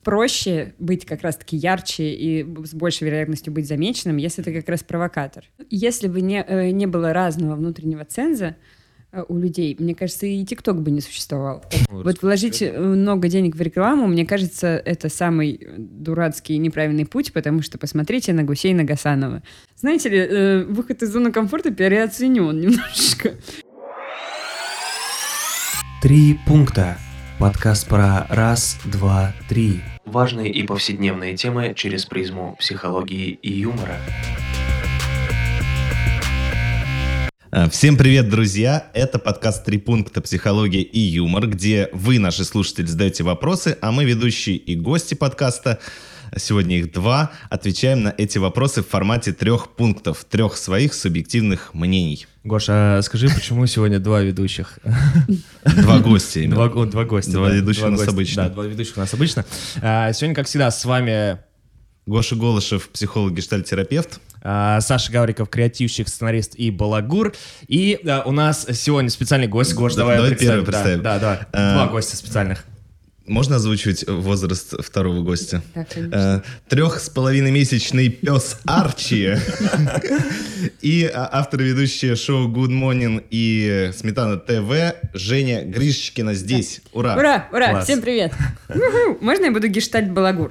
проще быть как раз-таки ярче и с большей вероятностью быть замеченным, если ты как раз провокатор. Если бы не было разного внутреннего ценза у людей, мне кажется, и ТикТок бы не существовал. Вот вложить много денег в рекламу, мне кажется, это самый дурацкий и неправильный путь, потому что посмотрите на Гусейна Гасанова. Знаете ли, выход из зоны комфорта переоценен немножко. 3 пункта. Подкаст про раз, два, три. Важные и повседневные темы через призму психологии и юмора. Всем привет, друзья! Это подкаст «3 пункта. Психология и юмор», где вы, наши слушатели, задаете вопросы, а мы, ведущие и гости подкаста, сегодня их 2, отвечаем на эти вопросы в формате 3 пунктов, 3 своих субъективных мнений. Гоша, скажи, почему сегодня 2 ведущих? 2 гостя. 2 гостя. 2 ведущих у нас обычно. Да, 2 ведущих у нас обычно. Сегодня, как всегда, с вами Гоша Голышев, психолог, гештальт-терапевт. Саша Гавриков, креативщик, сценарист и балагур. И у нас сегодня специальный гость. Гош, давай первый представим. Да, давай. 2 гостя специальных. Можно озвучивать возраст второго гостя? Да, конечно. 3,5-месячный пес Арчи и автор и ведущая шоу Good Morning и Сметана ТВ Женя Гришечкина здесь. Ура! Ура! Ура! Класс. Всем привет! Можно я буду гештальт-балагур?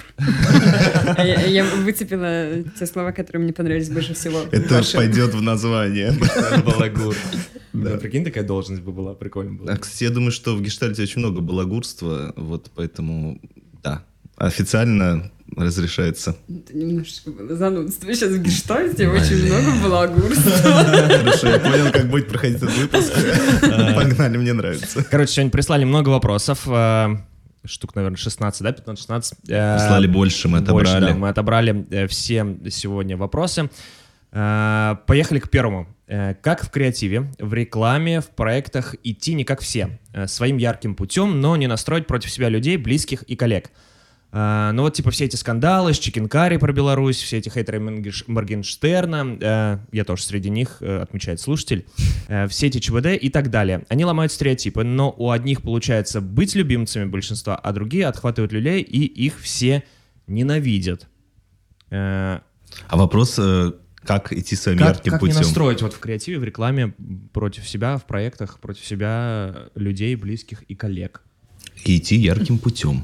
Я выцепила те слова, которые мне понравились больше всего. Это пойдет в название. Балагур. Да, прикинь, такая должность бы была, прикольно было. Кстати, я думаю, что в гештальте очень много балагурства, вот поэтому, да, официально разрешается. Это немножечко было занудство. Сейчас в гештальте очень много балагурства. Хорошо, я понял, как будет проходить этот выпуск. Погнали, мне нравится. Короче, сегодня прислали много вопросов. Штук, наверное, 16, да, 15-16. Прислали больше, мы отобрали. Больше, да, мы отобрали все сегодня вопросы. Поехали к первому. Как в креативе, в рекламе, в проектах идти не как все, своим ярким путем, но не настроить против себя людей, близких и коллег? Ну вот типа все эти скандалы с Чикенкари про Беларусь, все эти хейтеры Моргенштерна, я тоже среди них, отмечает слушатель, все эти ЧБД и так далее. Они ломают стереотипы, но у одних получается быть любимцами большинства, а другие отхватывают люлей и их все ненавидят. А вопрос... Как идти своим ярким как путем? Как не настроить вот в креативе, в рекламе против себя, в проектах, против себя людей, близких и коллег? И идти ярким путем.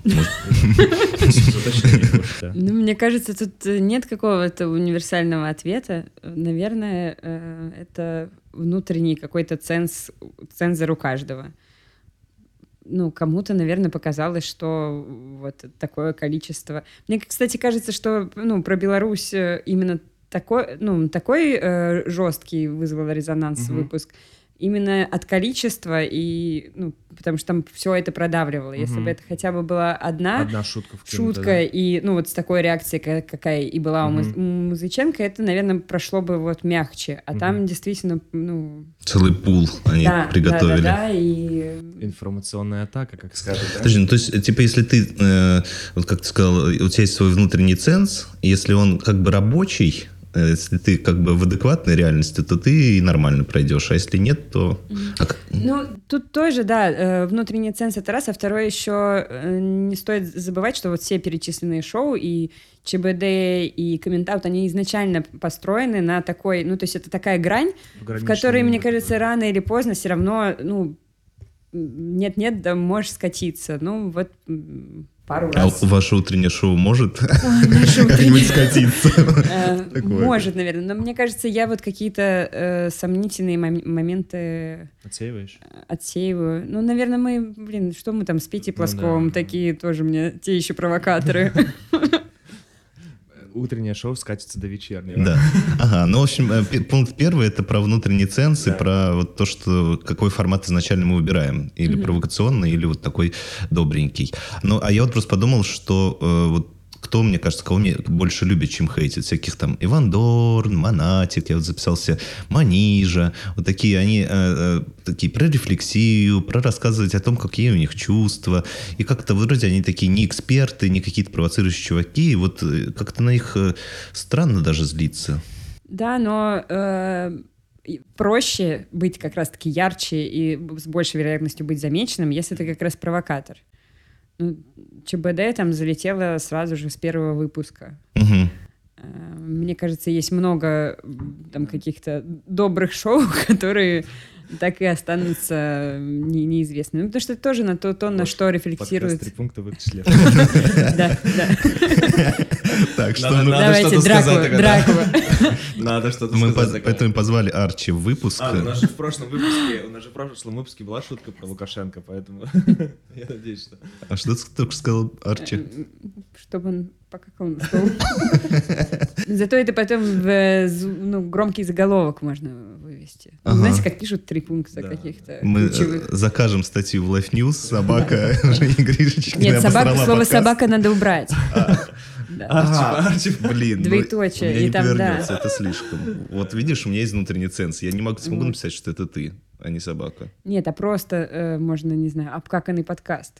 Ну, мне кажется, тут нет какого-то универсального ответа. Наверное, это внутренний какой-то цензор у каждого. Ну, кому-то, наверное, показалось, что вот такое количество... Мне, кстати, кажется, что про Беларусь именно такой жесткий вызвал резонанс выпуск именно от количества, и, потому что там все это продавливало. Если бы это хотя бы была одна шутка, да. И, вот с такой реакцией, какая и была у Музыченко, это, наверное, прошло бы вот мягче. А там действительно, целый пул они приготовили. Да, и... Информационная атака, как скажут. Да? Подожди, то есть, типа, если ты, вот как ты сказал, у тебя есть свой внутренний ценз, если он как бы рабочий, если ты как бы в адекватной реальности, то ты и нормально пройдешь, а если нет, то... Тут тоже, да, внутренний ценз — это раз, а второе еще не стоит забывать, что вот все перечисленные шоу и ЧБД, и коммент-аут, они изначально построены на такой, то есть это такая грань, в которой, мне кажется, рано или поздно все равно, нет-нет, да можешь скатиться. Пару раз. А ваше утреннее шоу может как-нибудь скатиться? Может, наверное. Но мне кажется, я вот какие-то сомнительные моменты... Отсеиваешь? Отсеиваю. Наверное, мы, что мы там с Петей Плосковым, такие тоже мне, те еще провокаторы. Утреннее шоу скатится до вечернего. Да. Ага, в общем, пункт первый — это про внутренний ценз и про вот то, что какой формат изначально мы выбираем. Или провокационный, или вот такой добренький. А я вот просто подумал, что вот кто, мне кажется, кого мне больше любит, чем хейтит. Всяких там Иван Дорн, Монатик, я вот записался, Манижа. Вот такие они такие про рефлексию, про рассказывать о том, какие у них чувства. И как-то вроде они такие не эксперты, не какие-то провоцирующие чуваки. И вот как-то на них странно даже злиться. Да, но... проще быть как раз-таки ярче и с большей вероятностью быть замеченным, если ты как раз провокатор. ЧБД там залетело сразу же с первого выпуска. Мгм. Мне кажется, есть много там каких-то добрых шоу, которые так и останутся неизвестными. Потому что это тоже на то, на что рефлексирует. Подкаст 3 пункта выключили. Да. Так, что Надо Давайте что-то сказать тогда. Дракула. Надо что-то мы сказать. поэтому позвали Арчи в выпуск. У нас же в прошлом выпуске была шутка про Лукашенко, поэтому я надеюсь, что... А что ты только сказал, Арчи? Чтобы он покакал на стол. Зато это потом в громкий заголовок можно вывести. Ага. Знаете, как пишут 3 пункта Да. каких-то Мы ключевых. закажем статью в Life News. Собака Жени Гришечкина Нет, обосрала слово подкаст. «собака» надо убрать. Да. Арчи. Блин, ну, Двоеточие, у меня и не там, повернется, это слишком. Вот видишь, у меня есть внутренний ценз. Я не смогу Вот. написать, что это ты, а не собака. Нет, а просто можно, не знаю, обкаканный подкаст.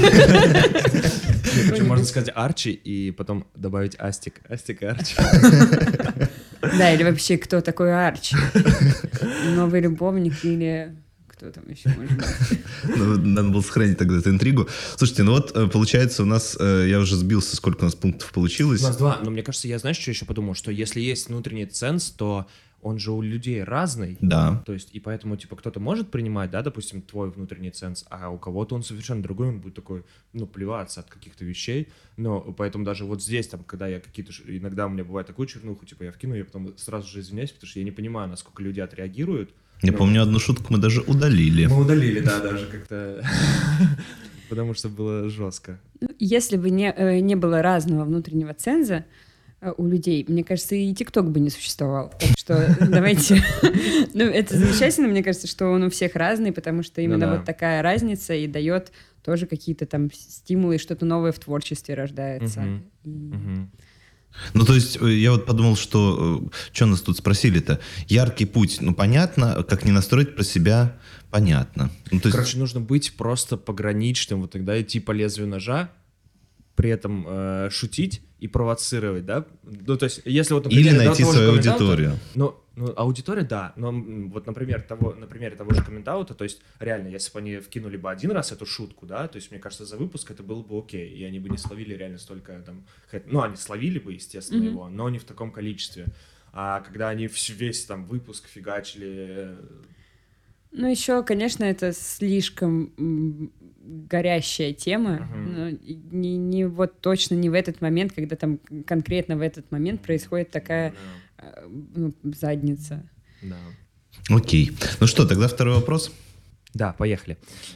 Причем можно сказать Арчи и потом добавить Астик. Астик и Арчи. Да, или вообще, кто такой Арчи? Новый любовник или кто там еще может быть? Ну, надо было сохранить тогда эту интригу. Слушайте, ну вот, получается, у нас, я уже сбился, сколько у нас пунктов получилось. У нас 2, но мне кажется, я, знаешь, что еще подумал? Что если есть внутренний ценз, то он же у людей разный. Да. То есть, и поэтому, типа, кто-то может принимать, да, допустим, твой внутренний ценз, а у кого-то он совершенно другой, он будет такой, ну, плеваться от каких-то вещей. Но поэтому даже вот здесь, там, когда я какие-то... Иногда у меня бывает такую чернуху, типа, я вкину, я потом сразу же извиняюсь, потому что я не понимаю, насколько люди отреагируют. Я помню, одну шутку мы даже удалили. Мы удалили, да, даже как-то... Потому что было жестко. Если бы не было разного внутреннего ценза у людей, мне кажется, и ТикТок бы не существовал. Так что давайте... Ну, это замечательно, мне кажется, что он у всех разный, потому что именно да. вот такая разница и дает тоже какие-то там стимулы, что-то новое в творчестве рождается. Ну, то есть, я вот подумал, что нас тут спросили-то? Яркий путь, ну, понятно, как не настроить про себя, понятно. Ну, то есть... Короче, нужно быть просто пограничным, вот тогда идти по лезвию ножа, при этом шутить и провоцировать, да? Ну, то есть, если вот, например, Или найти свою аудиторию. Ну, аудитория, да, но вот, на примере того же комментаута, то есть, реально, если бы они вкинули бы один раз эту шутку, да, то есть, мне кажется, за выпуск это было бы окей, и они бы не словили реально столько там, ну, они словили бы, естественно, его, но не в таком количестве. А когда они весь там выпуск фигачили... Ну, еще, конечно, это слишком горящая тема, но не вот точно не в этот момент, когда там конкретно в этот момент происходит такая задница. Да. Окей. Ну что, тогда второй вопрос. Да, поехали.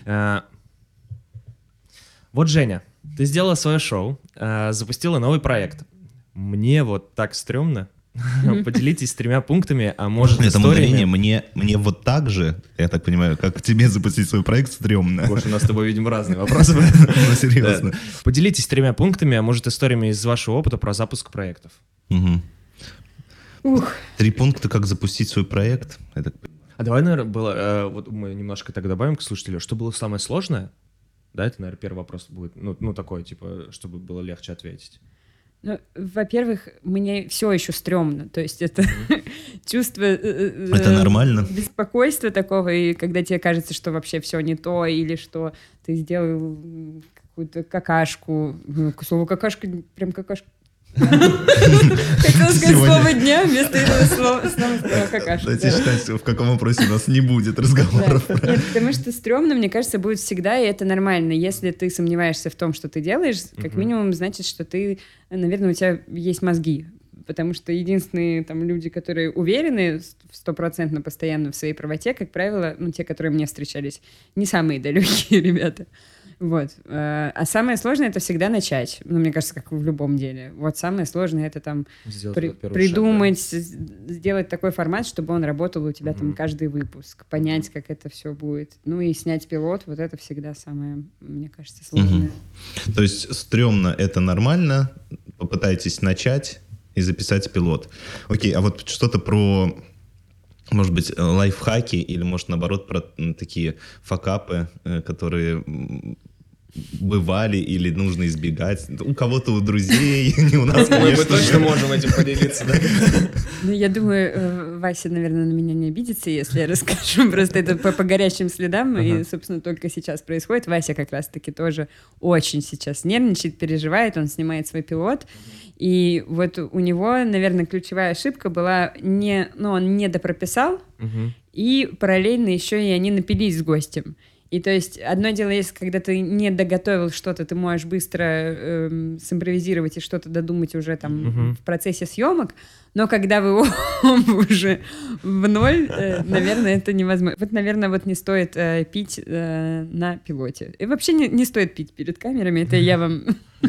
Вот, Женя, ты сделала свое шоу, запустила новый проект. Мне вот так стрёмно. Поделитесь 3 пунктами, а может Это историями. мгновение, мне вот так же, я так понимаю, как тебе запустить свой проект, стрёмно. Гоша, у нас с тобой, видимо, разные вопросы. Ну, серьезно. Поделитесь 3 пунктами, а может историями из вашего опыта про запуск проектов. Мгм. Ух. 3 пункта, как запустить свой проект. Я так понимаю. А давай, наверное, было... Вот мы немножко так добавим к слушателю. Что было самое сложное? Да, это, наверное, первый вопрос будет. Ну, такой, типа, чтобы было легче ответить. Ну, во-первых, мне все еще стрёмно. То есть это чувство Это нормально. беспокойства такого, и когда тебе кажется, что вообще все не то, или что ты сделал какую-то какашку. Ну, к слову, какашка, прям какашка. Хотела сказать слово дня, вместо этого слова сказала какашка. Давайте считать, в каком вопросе у нас не будет разговоров. Да. Нет, потому что стрёмно, мне кажется, будет всегда, и это нормально. Если ты сомневаешься в том, что ты делаешь, как минимум, значит, что ты, наверное, у тебя есть мозги. Потому что единственные там люди, которые уверены 100% постоянно в своей правоте, как правило, ну, те, которые мне встречались, не самые далекие ребята. Вот. А самое сложное — это всегда начать. Ну, мне кажется, как в любом деле. Вот самое сложное — это там придумать, сделать такой формат, чтобы он работал у тебя там каждый выпуск, понять, как это все будет. Ну и снять пилот, вот это всегда самое, мне кажется, сложное. То есть стрёмно — это нормально, попытайтесь начать и записать пилот. Окей, а вот что-то про... Может быть, лайфхаки или, может, наоборот, про такие факапы, которые бывали или нужно избегать. У кого-то у друзей, не у нас, Мы конечно. точно можем этим поделиться, да? Ну, я думаю, Вася, наверное, на меня не обидится, если я расскажу. Просто это по горячим следам, и, собственно, только сейчас происходит. Вася как раз-таки тоже очень сейчас нервничает, переживает, он снимает свой пилот. И вот у него, наверное, ключевая ошибка была, он не допрописал, и параллельно еще и они напились с гостем. И то есть одно дело, если когда ты не доготовил что-то, ты можешь быстро симпровизировать и что-то додумать уже там в процессе съемок, но когда вы уже в ноль, наверное, это невозможно. Вот, наверное, вот не стоит пить на пилоте. И вообще не стоит пить перед камерами, это я вам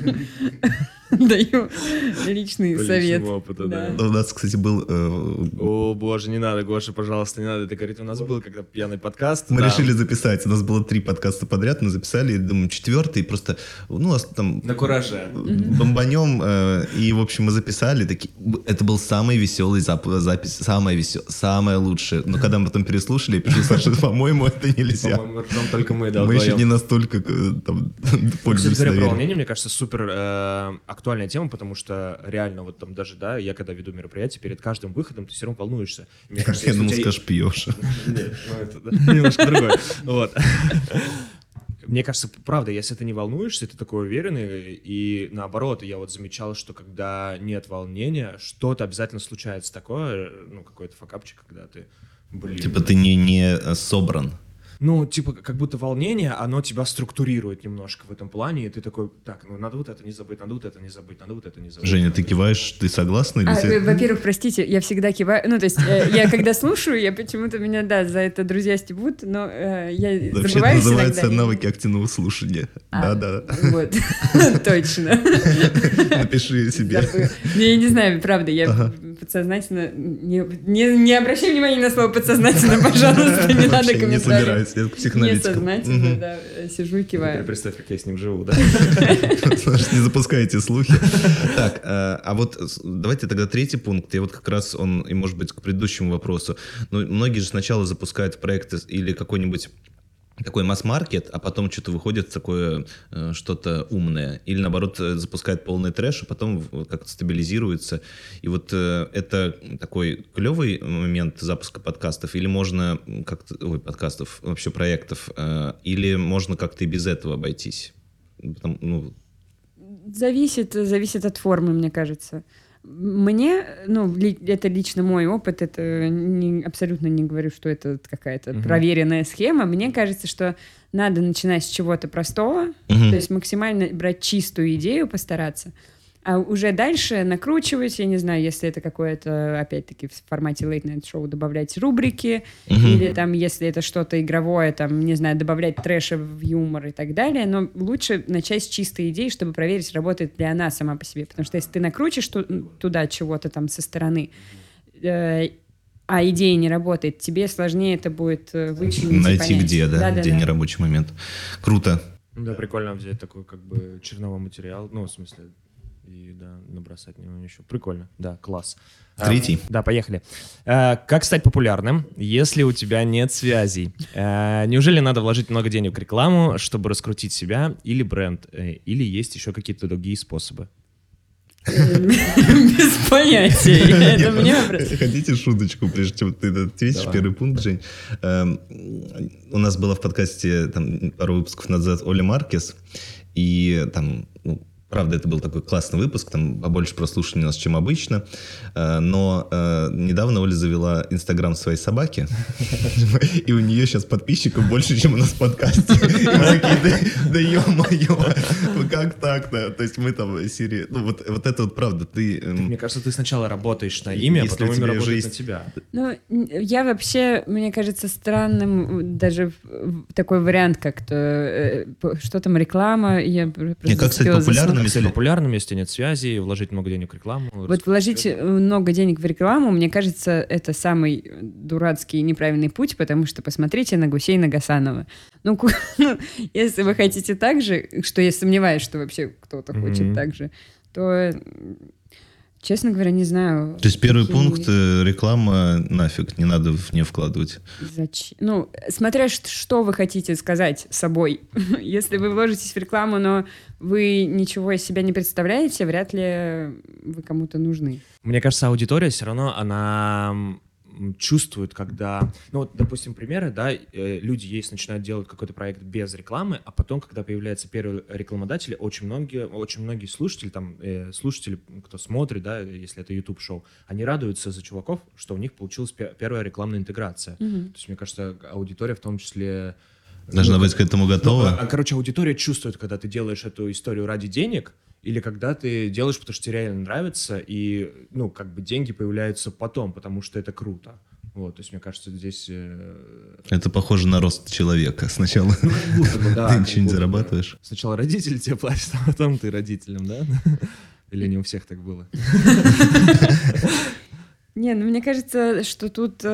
даю личный совет. Опыта, да. У нас, кстати, был... О, боже, не надо, Гоша, пожалуйста, не надо это говорить. У нас был когда пьяный подкаст. Мы решили записать. У нас было 3 подкаста подряд, мы записали, и, думаю, 4-й просто... у нас там... На кураже. Бомбанем. И, в общем, мы записали. Это был самый веселый запись. Самая лучшая. Но когда мы потом переслушали, я пишу, Саша, по-моему, это нельзя. По-моему, ржем только мы, да. Мы еще не настолько пользуемся Кстати, про доверием. волнение, мне кажется, супер актуальная тема, потому что реально вот там даже, да, я когда веду мероприятие, перед каждым выходом ты все равно волнуешься. Мне кажется, Я думал, скажешь, пьешь. Нет, это немножко другое. Вот. Мне кажется, правда, если ты не волнуешься, ты такой уверенный, и наоборот, я вот замечал, что когда нет волнения, что-то обязательно случается такое, какой-то факапчик, когда ты, Типа ты не собран. Как будто волнение, оно тебя структурирует немножко в этом плане, и ты такой, так, надо вот это не забыть, надо вот это не забыть, надо вот это не забыть. Женя, ты киваешь, ты согласна? Во-первых, простите, я всегда киваю. То есть я когда слушаю, я почему-то меня, за это друзья стебут, но я забываюсь иногда. Вообще это называется навыки активного слушания. Да. Вот, точно. Напиши себе. Я не знаю, правда, я подсознательно... Не обращай внимания на слово «подсознательно», пожалуйста, не надо комментариев. Не собираюсь, я психоаналитик. Несознательно, да, сижу и киваю. Теперь представь, как я с ним живу, да? Не запускайте слухи. Так, а вот давайте тогда 3-й пункт. Я вот как раз он, и может быть, к предыдущему вопросу. Многие же сначала запускают проекты или какой-нибудь такой масс-маркет, а потом что-то выходит такое что-то умное. Или, наоборот, запускает полный трэш, а потом как-то стабилизируется. И вот это такой клевый момент запуска подкастов? Или можно как-то... подкастов, вообще проектов. Или можно как-то и без этого обойтись? Зависит от формы, мне кажется. Мне, это лично мой опыт, это абсолютно не говорю, что это какая-то проверенная схема. Мне кажется, что надо начинать с чего-то простого, то есть максимально брать чистую идею, постараться, а уже дальше накручивать, я не знаю, если это какое-то, опять-таки, в формате late-night шоу добавлять рубрики, или там, если это что-то игровое, там, не знаю, добавлять трэша в юмор и так далее, но лучше начать с чистой идеи, чтобы проверить, работает ли она сама по себе, потому что если ты накрутишь туда чего-то там со стороны, а идея не работает, тебе сложнее это будет вычленить. Найти где, где нерабочий момент. Круто. Да, прикольно взять такой как бы черновой материал, в смысле... И, набросать на него еще. Прикольно. Да, класс. 3-й. Да, поехали. Как стать популярным, если у тебя нет связей? Неужели надо вложить много денег в рекламу, чтобы раскрутить себя или бренд? Или есть еще какие-то другие способы? Без понятия. Это мне вопрос. Хотите шуточку, прежде чем ты ответишь? Первый пункт, Жень. У нас была в подкасте пару выпусков назад Оля Маркес, и там... Правда, это был такой классный выпуск, там побольше прослушиваний у нас, чем обычно. Но недавно Оля завела Инстаграм своей собаки, и у нее сейчас подписчиков больше, чем у нас в подкасте. Мы такие, да ё-моё, как так-то? То есть мы там серии... вот это вот правда. Мне кажется, ты сначала работаешь на имя, а потом имя работает на тебя. Я вообще, мне кажется, странным даже такой вариант как-то... Что там, реклама? Как стать популярным? Если популярным, если нет связи, вложить много денег в рекламу. Вот вложить много денег в рекламу, мне кажется, это самый дурацкий и неправильный путь, потому что посмотрите на Гусейна Гасанова. Если вы хотите так же, что я сомневаюсь, что вообще кто-то хочет так же, то... Честно говоря, не знаю. То есть первый пункт — реклама нафиг, не надо в нее вкладывать. Зачем? Смотря что вы хотите сказать собой. Если вы вложитесь в рекламу, но вы ничего из себя не представляете, вряд ли вы кому-то нужны. Мне кажется, аудитория все равно, она чувствуют, когда... Ну, вот, допустим, примеры, да, люди есть, начинают делать какой-то проект без рекламы, а потом, когда появляются первые рекламодатели, очень многие слушатели, слушатели, кто смотрит, да, если это YouTube-шоу, они радуются за чуваков, что у них получилась первая рекламная интеграция. То есть, мне кажется, аудитория в том числе... Должна быть к этому готова. Короче, аудитория чувствует, когда ты делаешь эту историю ради денег, или когда ты делаешь, потому что тебе реально нравится, и, деньги появляются потом, потому что это круто. Вот, то есть, мне кажется, здесь... Это похоже на рост человека. Сначала ты ничего не зарабатываешь. Сначала родители тебе платят, а потом ты родителям, да? Или не у всех так было? Не, мне кажется, что тут...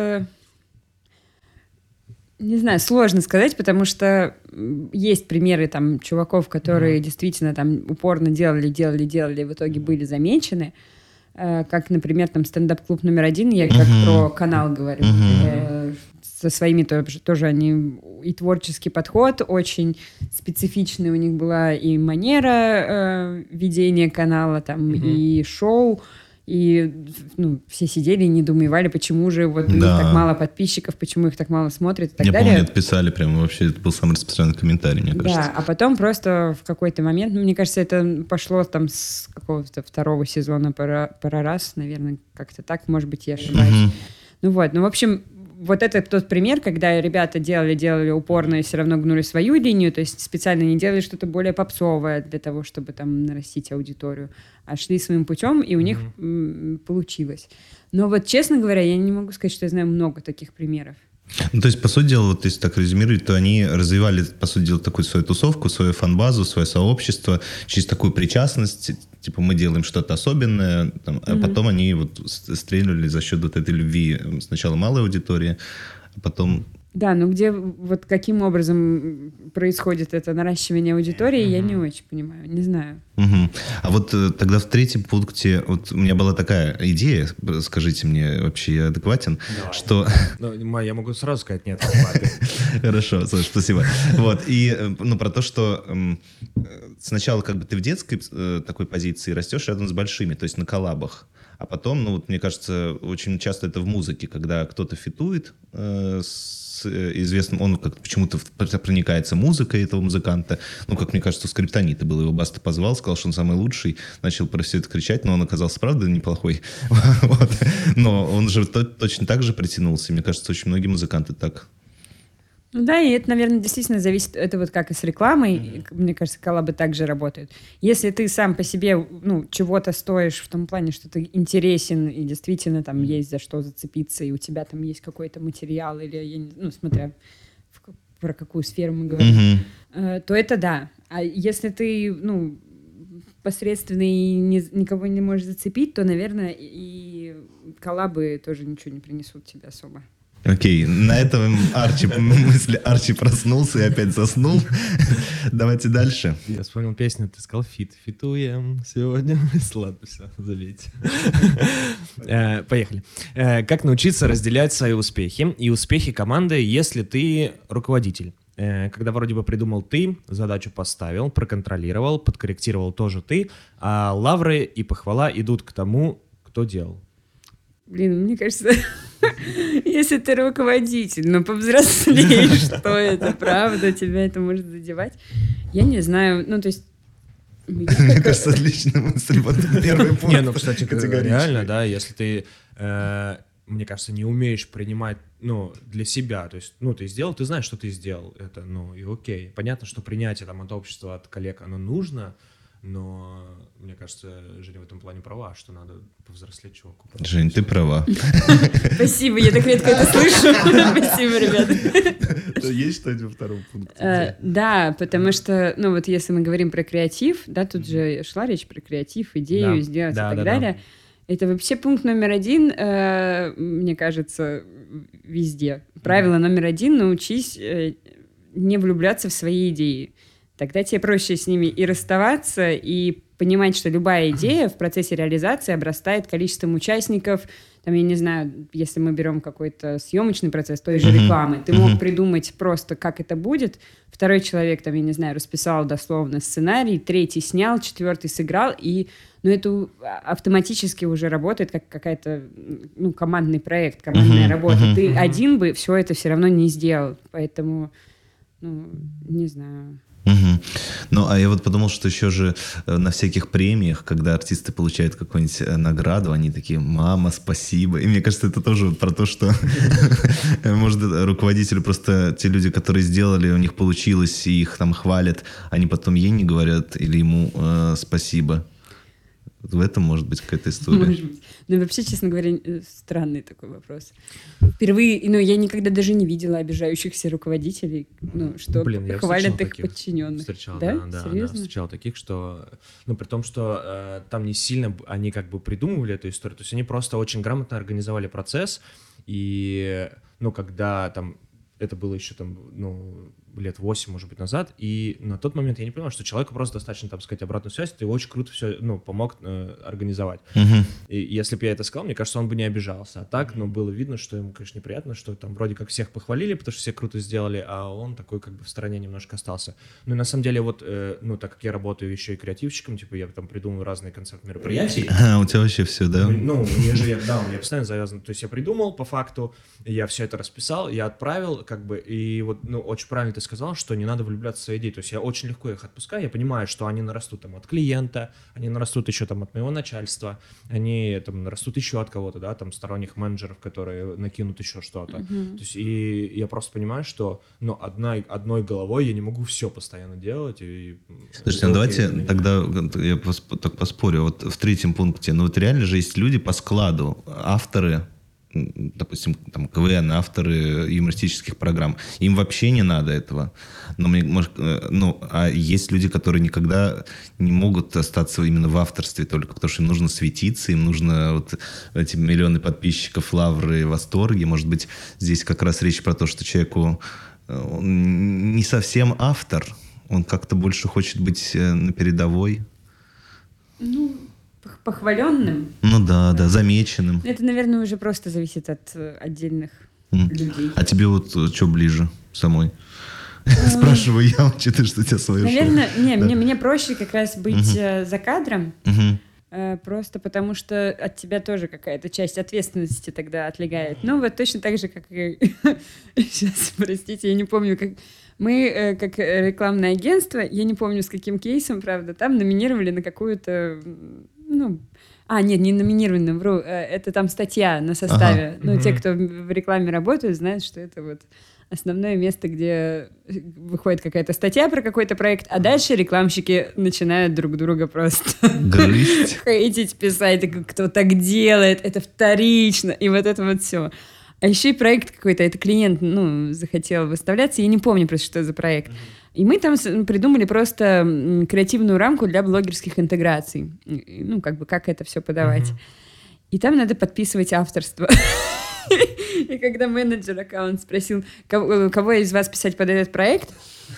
Не знаю, сложно сказать, потому что есть примеры там чуваков, которые действительно там упорно делали, и в итоге были замечены. Как, например, там стендап-клуб №1, я как про канал говорю. Со своими тоже они и творческий подход очень специфичный у них была, и манера ведения канала, там, и шоу. И все сидели и недоумевали, почему же вот у них так мало подписчиков, почему их так мало смотрят и так далее. Я помню, отписали прям, вообще это был самый распространенный комментарий, мне кажется. Да, а потом просто в какой-то момент, мне кажется, это пошло там с какого-то 2-го сезона «Пора раз», наверное, как-то так, может быть, я ошибаюсь. В общем, вот это тот пример, когда ребята делали упорно и все равно гнули свою линию, то есть специально не делали что-то более попсовое для того, чтобы там нарастить аудиторию, а шли своим путем, и у них получилось. Но вот, честно говоря, я не могу сказать, что я знаю много таких примеров. То есть, по сути дела, вот если так резюмировать, то они развивали, по сути дела, такую свою тусовку, свою фан-базу, свое сообщество через такую причастность, типа мы делаем что-то особенное, а потом они вот стреляли за счет вот этой любви сначала малой аудитории, а потом... Да, но где вот каким образом происходит это наращивание аудитории, я не очень понимаю, не знаю. А вот тогда в 3-м пункте вот у меня была такая идея, скажите мне, вообще я адекватен? Давай. Что... Я могу сразу сказать нет. Хорошо, Саш, спасибо. Вот, и про то, что сначала как бы ты в детской такой позиции растешь рядом с большими, то есть на коллабах. А потом, мне кажется, очень часто это в музыке, когда кто-то фитует с известным, он как почему-то проникается музыкой этого музыканта. Как мне кажется, у Скриптонита был, его Баста позвал, сказал, что он самый лучший, начал про все это кричать, но он оказался, правда, неплохой. Но он же точно так же притянулся. Мне кажется, очень многие музыканты так... Да, и это, наверное, действительно зависит, это вот как и с рекламой, мне кажется, коллабы также работают. Если ты сам по себе, чего-то стоишь в том плане, что ты интересен, и действительно там есть за что зацепиться, и у тебя там есть какой-то материал, или, смотря про какую сферу мы говорим, то это да. А если ты, посредственный и никого не можешь зацепить, то, наверное, и коллабы тоже ничего не принесут тебе особо. Окей, на этом Арчи проснулся и опять заснул. Давайте дальше. Я вспомнил песню, ты сказал фитуем сегодня. Ладно, все, забейте. Поехали. Как научиться разделять свои успехи и успехи команды, если ты руководитель? Когда вроде бы придумал ты, задачу поставил, проконтролировал, подкорректировал тоже ты, а лавры и похвала идут к тому, кто делал. Блин, мне кажется, если ты руководитель, но повзрослеешь, что это, правда, тебя это может задевать. Я не знаю, то есть... Мне кажется, отличная мысль, вот первый пункт. Кстати, реально, да, если ты, мне кажется, не умеешь принимать, для себя, то есть, ты сделал, ты знаешь, что ты сделал, это, и окей. Понятно, что принятие там от общества, от коллег, оно нужно, но, мне кажется, Женя в этом плане права, что надо повзрослеть чуваку. Жень, ты права. Спасибо, я так редко это слышу. Спасибо, ребята. Есть что-нибудь во втором пункте? Да, потому что, вот если мы говорим про креатив, да, тут же шла речь про креатив, идею сделать и так далее. Это вообще пункт №1, мне кажется, везде. Правило №1 — научись не влюбляться в свои идеи. Тогда тебе проще с ними и расставаться, и понимать, что любая идея в процессе реализации обрастает количеством участников. Там, я не знаю, если мы берем какой-то съемочный процесс той же рекламы, ты мог придумать просто, как это будет. Второй человек, там, я не знаю, расписал дословно сценарий, третий снял, четвертый сыграл, и это автоматически уже работает как какая-то, командный проект, командная работа. Ты один бы все это все равно не сделал, поэтому, не знаю... Ну, а я вот подумал, что еще же на всяких премиях, когда артисты получают какую-нибудь награду, они такие: «Мама, спасибо». И мне кажется, это тоже про то, что, может, руководителю просто те люди, которые сделали, у них получилось, и их там хвалят, они потом ей не говорят или ему спасибо. В этом может быть какая-то история. Может быть. Вообще, честно говоря, странный такой вопрос. Впервые, я никогда даже не видела обижающихся руководителей, что хвалят их подчиненных. Встречал, да, встречал таких, что, при том, что там не сильно они как бы придумывали эту историю, то есть они просто очень грамотно организовали процесс, и, когда там это было еще там, лет 8, может быть, назад, и на тот момент я не понимал, что человеку просто достаточно, там, сказать обратную связь, ты очень круто все, помог организовать. И если бы я это сказал, мне кажется, он бы не обижался. А так, было видно, что ему, конечно, неприятно, что там вроде как всех похвалили, потому что все круто сделали, а он такой как бы в стороне немножко остался. И на самом деле, вот, так как я работаю еще и креативщиком, типа, я там придумываю разные концепты мероприятий. У тебя вообще все, да? У меня постоянно завязано. То есть я придумал, по факту, я все это расписал, я отправил, как бы, и вот, очень правильно ты сказал, что не надо влюбляться в свои идеи. То есть я очень легко их отпускаю, я понимаю, что они нарастут там от клиента, они нарастут еще там от моего начальства, они там нарастут еще от кого-то, да, там сторонних менеджеров, которые накинут еще что-то. То есть и я просто понимаю, что, одной головой я не могу все постоянно делать. Слушайте, давайте тогда я так поспорю. Вот в третьем пункте, вот реально же есть люди по складу, авторы, допустим, там, КВН, авторы юмористических программ. Им вообще не надо этого. А есть люди, которые никогда не могут остаться именно в авторстве только потому, что им нужно светиться, им нужно вот эти миллионы подписчиков, лавры, восторги. Может быть, здесь как раз речь про то, что человеку он не совсем автор, он как-то больше хочет быть на передовой. Похваленным? Да, замеченным. Это, наверное, уже просто зависит от отдельных людей. А тебе вот что ближе самой? Спрашиваю я, учитывая, что у тебя свое шоу. Наверное, мне проще как раз быть за кадром, просто потому что от тебя тоже какая-то часть ответственности тогда отлегает. Вот точно так же, как и... Сейчас, простите, я не помню, как... Мы, как рекламное агентство, я не помню, с каким кейсом, правда, там номинировали на какую-то... нет, не номинированы, вру. Это там статья на составе. Те, кто в рекламе работают, знают, что это вот основное место, где выходит какая-то статья про какой-то проект, а дальше рекламщики начинают друг друга просто хейтить, писать, кто так делает, это вторично, и вот это вот все. А еще и проект какой-то, это клиент, захотел выставляться, я не помню просто, что за проект. И мы там придумали просто креативную рамку для блогерских интеграций. Как это все подавать. И там надо подписывать авторство. И когда менеджер аккаунт спросил, кого из вас писать под этот проект,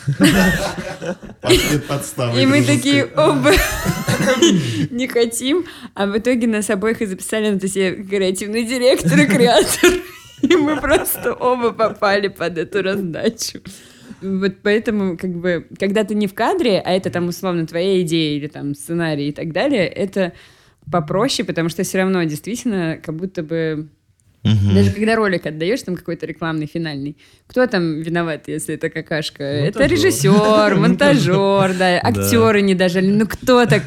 и мы такие оба не хотим, а в итоге нас обоих и записали на все креативный директор и креатор. И мы просто оба попали под эту раздачу. Вот поэтому, когда ты не в кадре, а это там условно твоя идея или там сценарий и так далее, это попроще, потому что все равно действительно как будто бы... Даже когда ролик отдаешь, там какой-то рекламный, финальный, кто там виноват, если это какашка? Это режиссер, монтажер, да, актеры не дожали. Кто так?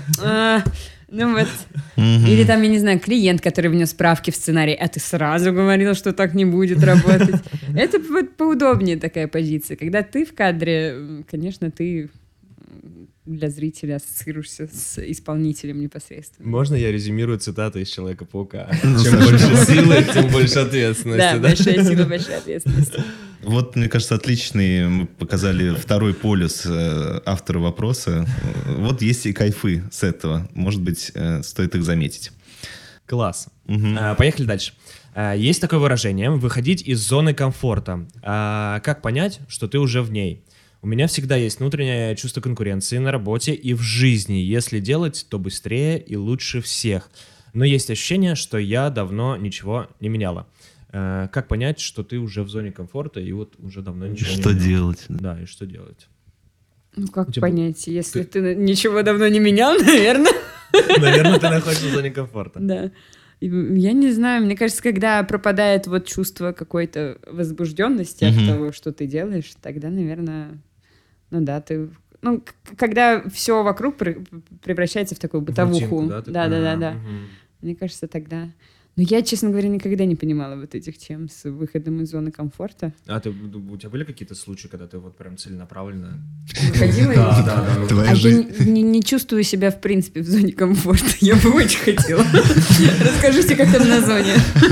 Или там, я не знаю, клиент, который внес справки в сценарий, а ты сразу говорил, что так не будет работать. Это вот поудобнее такая позиция. Когда ты в кадре, конечно, ты для зрителя ассоциируешься с исполнителем непосредственно. Можно я резюмирую цитату из «Человека-паука»? Чем больше силы, тем больше ответственности. Да, большая сила, большая ответственность. Вот, мне кажется, отличный, мы показали второй полюс автора вопроса. Вот есть и кайфы с этого. Может быть, стоит их заметить. Класс. Поехали дальше. Есть такое выражение «выходить из зоны комфорта». Как понять, что ты уже в ней? У меня всегда есть внутреннее чувство конкуренции на работе и в жизни. Если делать, то быстрее и лучше всех. Но есть ощущение, что я давно ничего не меняла. Как понять, что ты уже в зоне комфорта и вот уже давно ничего не меняла? Что делать? Да, и что делать? Ну, как тебя понять, если ты ничего давно не менял, наверное. Наверное, ты находишься в зоне комфорта. Да. Я не знаю, мне кажется, когда пропадает вот чувство какой-то возбужденности от того, что ты делаешь, тогда, наверное, ну да, ты... Ну, когда все вокруг превращается в такую бытовуху. Рутинку, Да. Мне кажется, тогда... Но я, честно говоря, никогда не понимала вот этих тем с выходом из зоны комфорта. А у тебя были какие-то случаи, когда ты вот прям целенаправленно... Выходила? Да. Твоя А жизнь... я не чувствую себя, в принципе, в зоне комфорта. Я бы очень хотела. Расскажите, как там на зоне.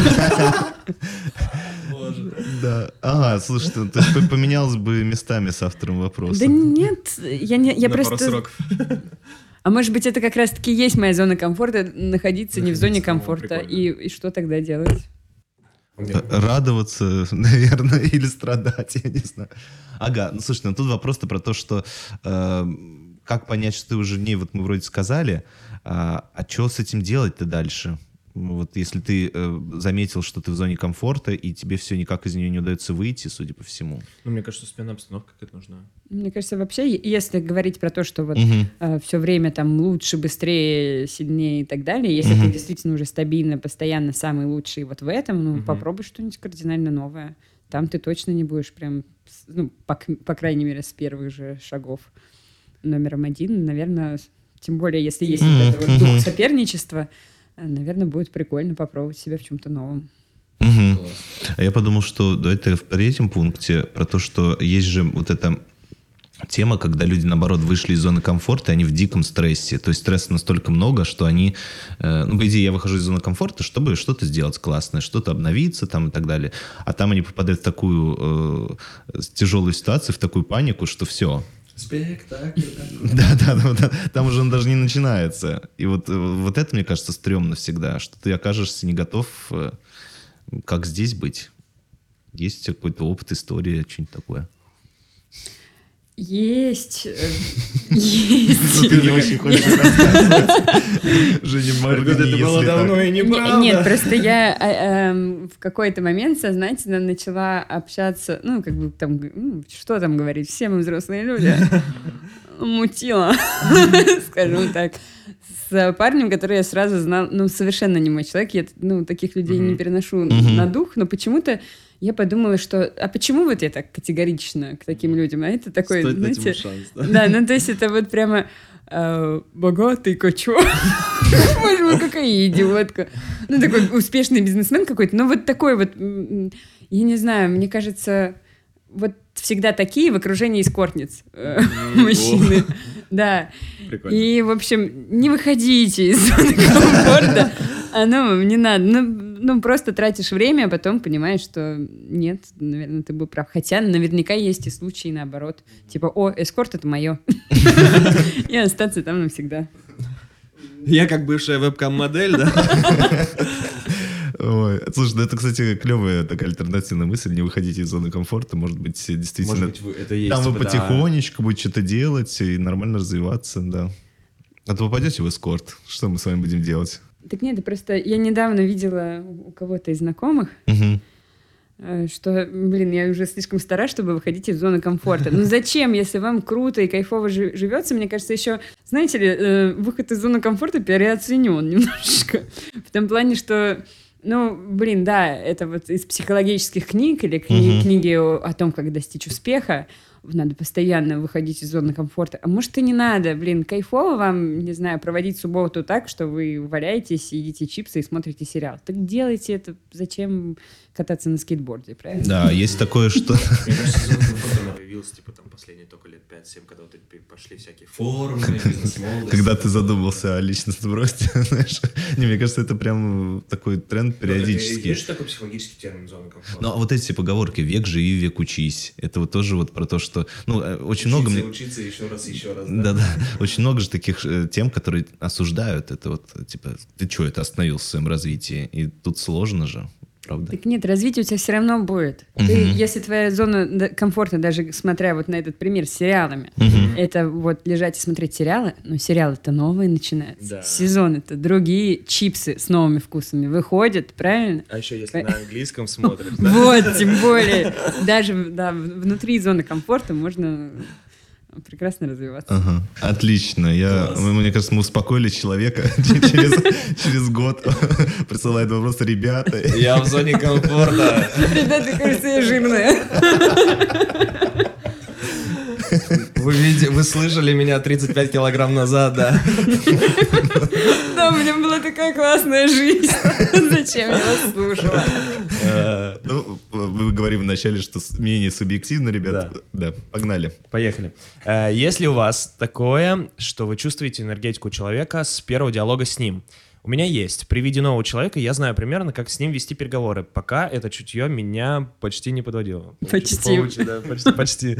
Да. Ага, слушай, то есть поменялась бы местами с автором вопроса. Да нет, я просто... А может быть, это как раз-таки есть моя зона комфорта, находиться не в зоне комфорта. И что тогда делать? Радоваться, наверное, или страдать, я не знаю. Ага, ну слушай, ну тут вопрос-то про то, что как понять, что ты уже не, вот мы вроде сказали, а что с этим делать-то дальше? Вот если ты заметил, что ты в зоне комфорта, и тебе все никак из нее не удается выйти, судя по всему. Ну, мне кажется, сменная обстановка какая-то нужна. Мне кажется, вообще, если говорить про то, что вот все время там лучше, быстрее, сильнее и так далее, если ты действительно уже стабильно, постоянно самый лучший вот в этом, ну, попробуй что-нибудь кардинально новое. Там ты точно не будешь прям, ну, по крайней мере, с первых же шагов номером один. Наверное, тем более, если есть вот это вот дух соперничества, наверное, будет прикольно попробовать себя в чем-то новом. А я подумал, что это в третьем пункте про то, что есть же вот эта тема, когда люди, наоборот, вышли из зоны комфорта, и они в диком стрессе. То есть стресса настолько много, что они... Ну, по идее, я выхожу из зоны комфорта, чтобы что-то сделать классное, что-то обновиться там и так далее. А там они попадают в такую тяжелую ситуацию, в такую панику, что все... Спектакль. Да, там уже он даже не начинается. И вот это, мне кажется, стрёмно всегда, что ты окажешься не готов, как здесь быть. Есть какой-то опыт, история, что-нибудь такое? Есть. Ну, ты не очень хочешь рассказывать. Женя Марвин, это было давно и неправда. Нет, просто я в какой-то момент сознательно начала общаться, ну, как бы там, что там говорить, все мы взрослые люди, мутила, скажем так, с парнем, который я сразу знала, ну, совершенно не мой человек, я, ну, таких людей не переношу на дух, но почему-то я подумала, что... А почему вот я так категорично к таким людям? А это такой, стоит знаете... дать ему шанс, да? Да, ну то есть это вот прямо богатый качок. Боже мой, какая идиотка. Ну такой успешный бизнесмен какой-то. Ну вот такой вот... Я не знаю, мне кажется... Вот всегда такие в окружении эскортниц мужчины. Да. Прикольно. И, в общем, не выходите из зоны комфорта. Оно вам не надо. Ну, просто тратишь время, а потом понимаешь, что нет, наверное, ты был прав. Хотя наверняка есть и случаи наоборот. Типа, эскорт — это мое. И остаться там навсегда. Я как бывшая вебкам-модель, да? Ой, слушай, ну это, кстати, клевая такая альтернативная мысль, не выходите из зоны комфорта, может быть, действительно... Может быть, это есть. Там вы типа, потихонечку будете что-то делать и нормально развиваться, да. А то попадете в эскорт, что мы с вами будем делать? Так нет, это просто... Я недавно видела у кого-то из знакомых, что, я уже слишком стара, чтобы выходить из зоны комфорта. Ну зачем, если вам круто и кайфово живется? Мне кажется, еще, знаете ли, выход из зоны комфорта переоценен немножко. В том плане, что... да, это вот из психологических книг или книги о том, как достичь успеха. Надо постоянно выходить из зоны комфорта. А может, и не надо, кайфово вам, не знаю, проводить субботу так, что вы валяетесь, едите чипсы и смотрите сериал. Так делайте это. Зачем кататься на скейтборде, правильно? Да, есть такое, что... Мне кажется, зона комфорта появилась, последние только лет 5-7, когда вот пошли всякие форумы, бизнес-молодости. Когда ты задумался о личностном росте, знаешь. Не, мне кажется, это прям такой тренд периодически. Есть такой психологический термин зона комфорта? Ну, а вот эти поговорки «век живи, век учись». Это вот тоже вот про то, что... очень много... Учиться еще раз. Да-да. Очень много же таких тем, которые осуждают это вот, типа, ты что, это остановился в своем развитии? И тут сложно же. правда. Так нет, развитие у тебя все равно будет. Мгм. Ты, если твоя зона комфорта, даже смотря вот на этот пример с сериалами, Мгм. это вот лежать и смотреть сериалы, но сериалы-то новые начинаются. Да. Сезоны-то другие, чипсы с новыми вкусами выходят, правильно? А еще если на английском смотришь, да? Вот, тем более. Даже да, внутри зоны комфорта можно прекрасно развиваться. Ага. Отлично. Мне кажется, мы успокоили человека через год. Присылает вопросы: ребята. Я в зоне комфорта. Ребята, кажется, я жирная. Вы слышали меня 35 килограмм назад, да? Да, у меня была такая классная жизнь. Зачем я вас слушала? Ну, мы говорим вначале, что мнение субъективно, ребят. Да, погнали. Поехали. Есть ли у вас такое, что вы чувствуете энергетику человека с первого диалога с ним? У меня есть. При виде нового человека я знаю примерно, как с ним вести переговоры. Пока это чутье меня почти не подводило. Почти.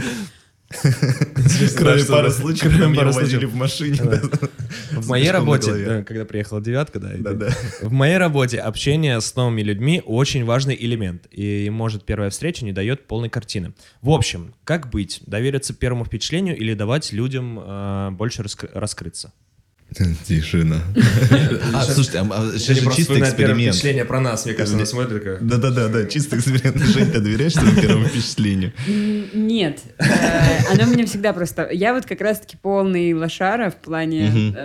Кроме пары случаев, когда меня увозили в машине. В моей работе, когда приехала девятка, Да. в моей работе общение с новыми людьми очень важный элемент, и, может, первая встреча не дает полной картины. В общем, как быть? Довериться первому впечатлению или давать людям больше раскрыться? Тишина. Слушайте, сейчас же чистый эксперимент. Впечатление про нас, мне кажется, она смотрит такая. Да, чистый эксперимент. Жень, ты доверяешь своему первому впечатлению? Нет. Оно у меня всегда просто... Я вот как раз-таки полный лошара в плане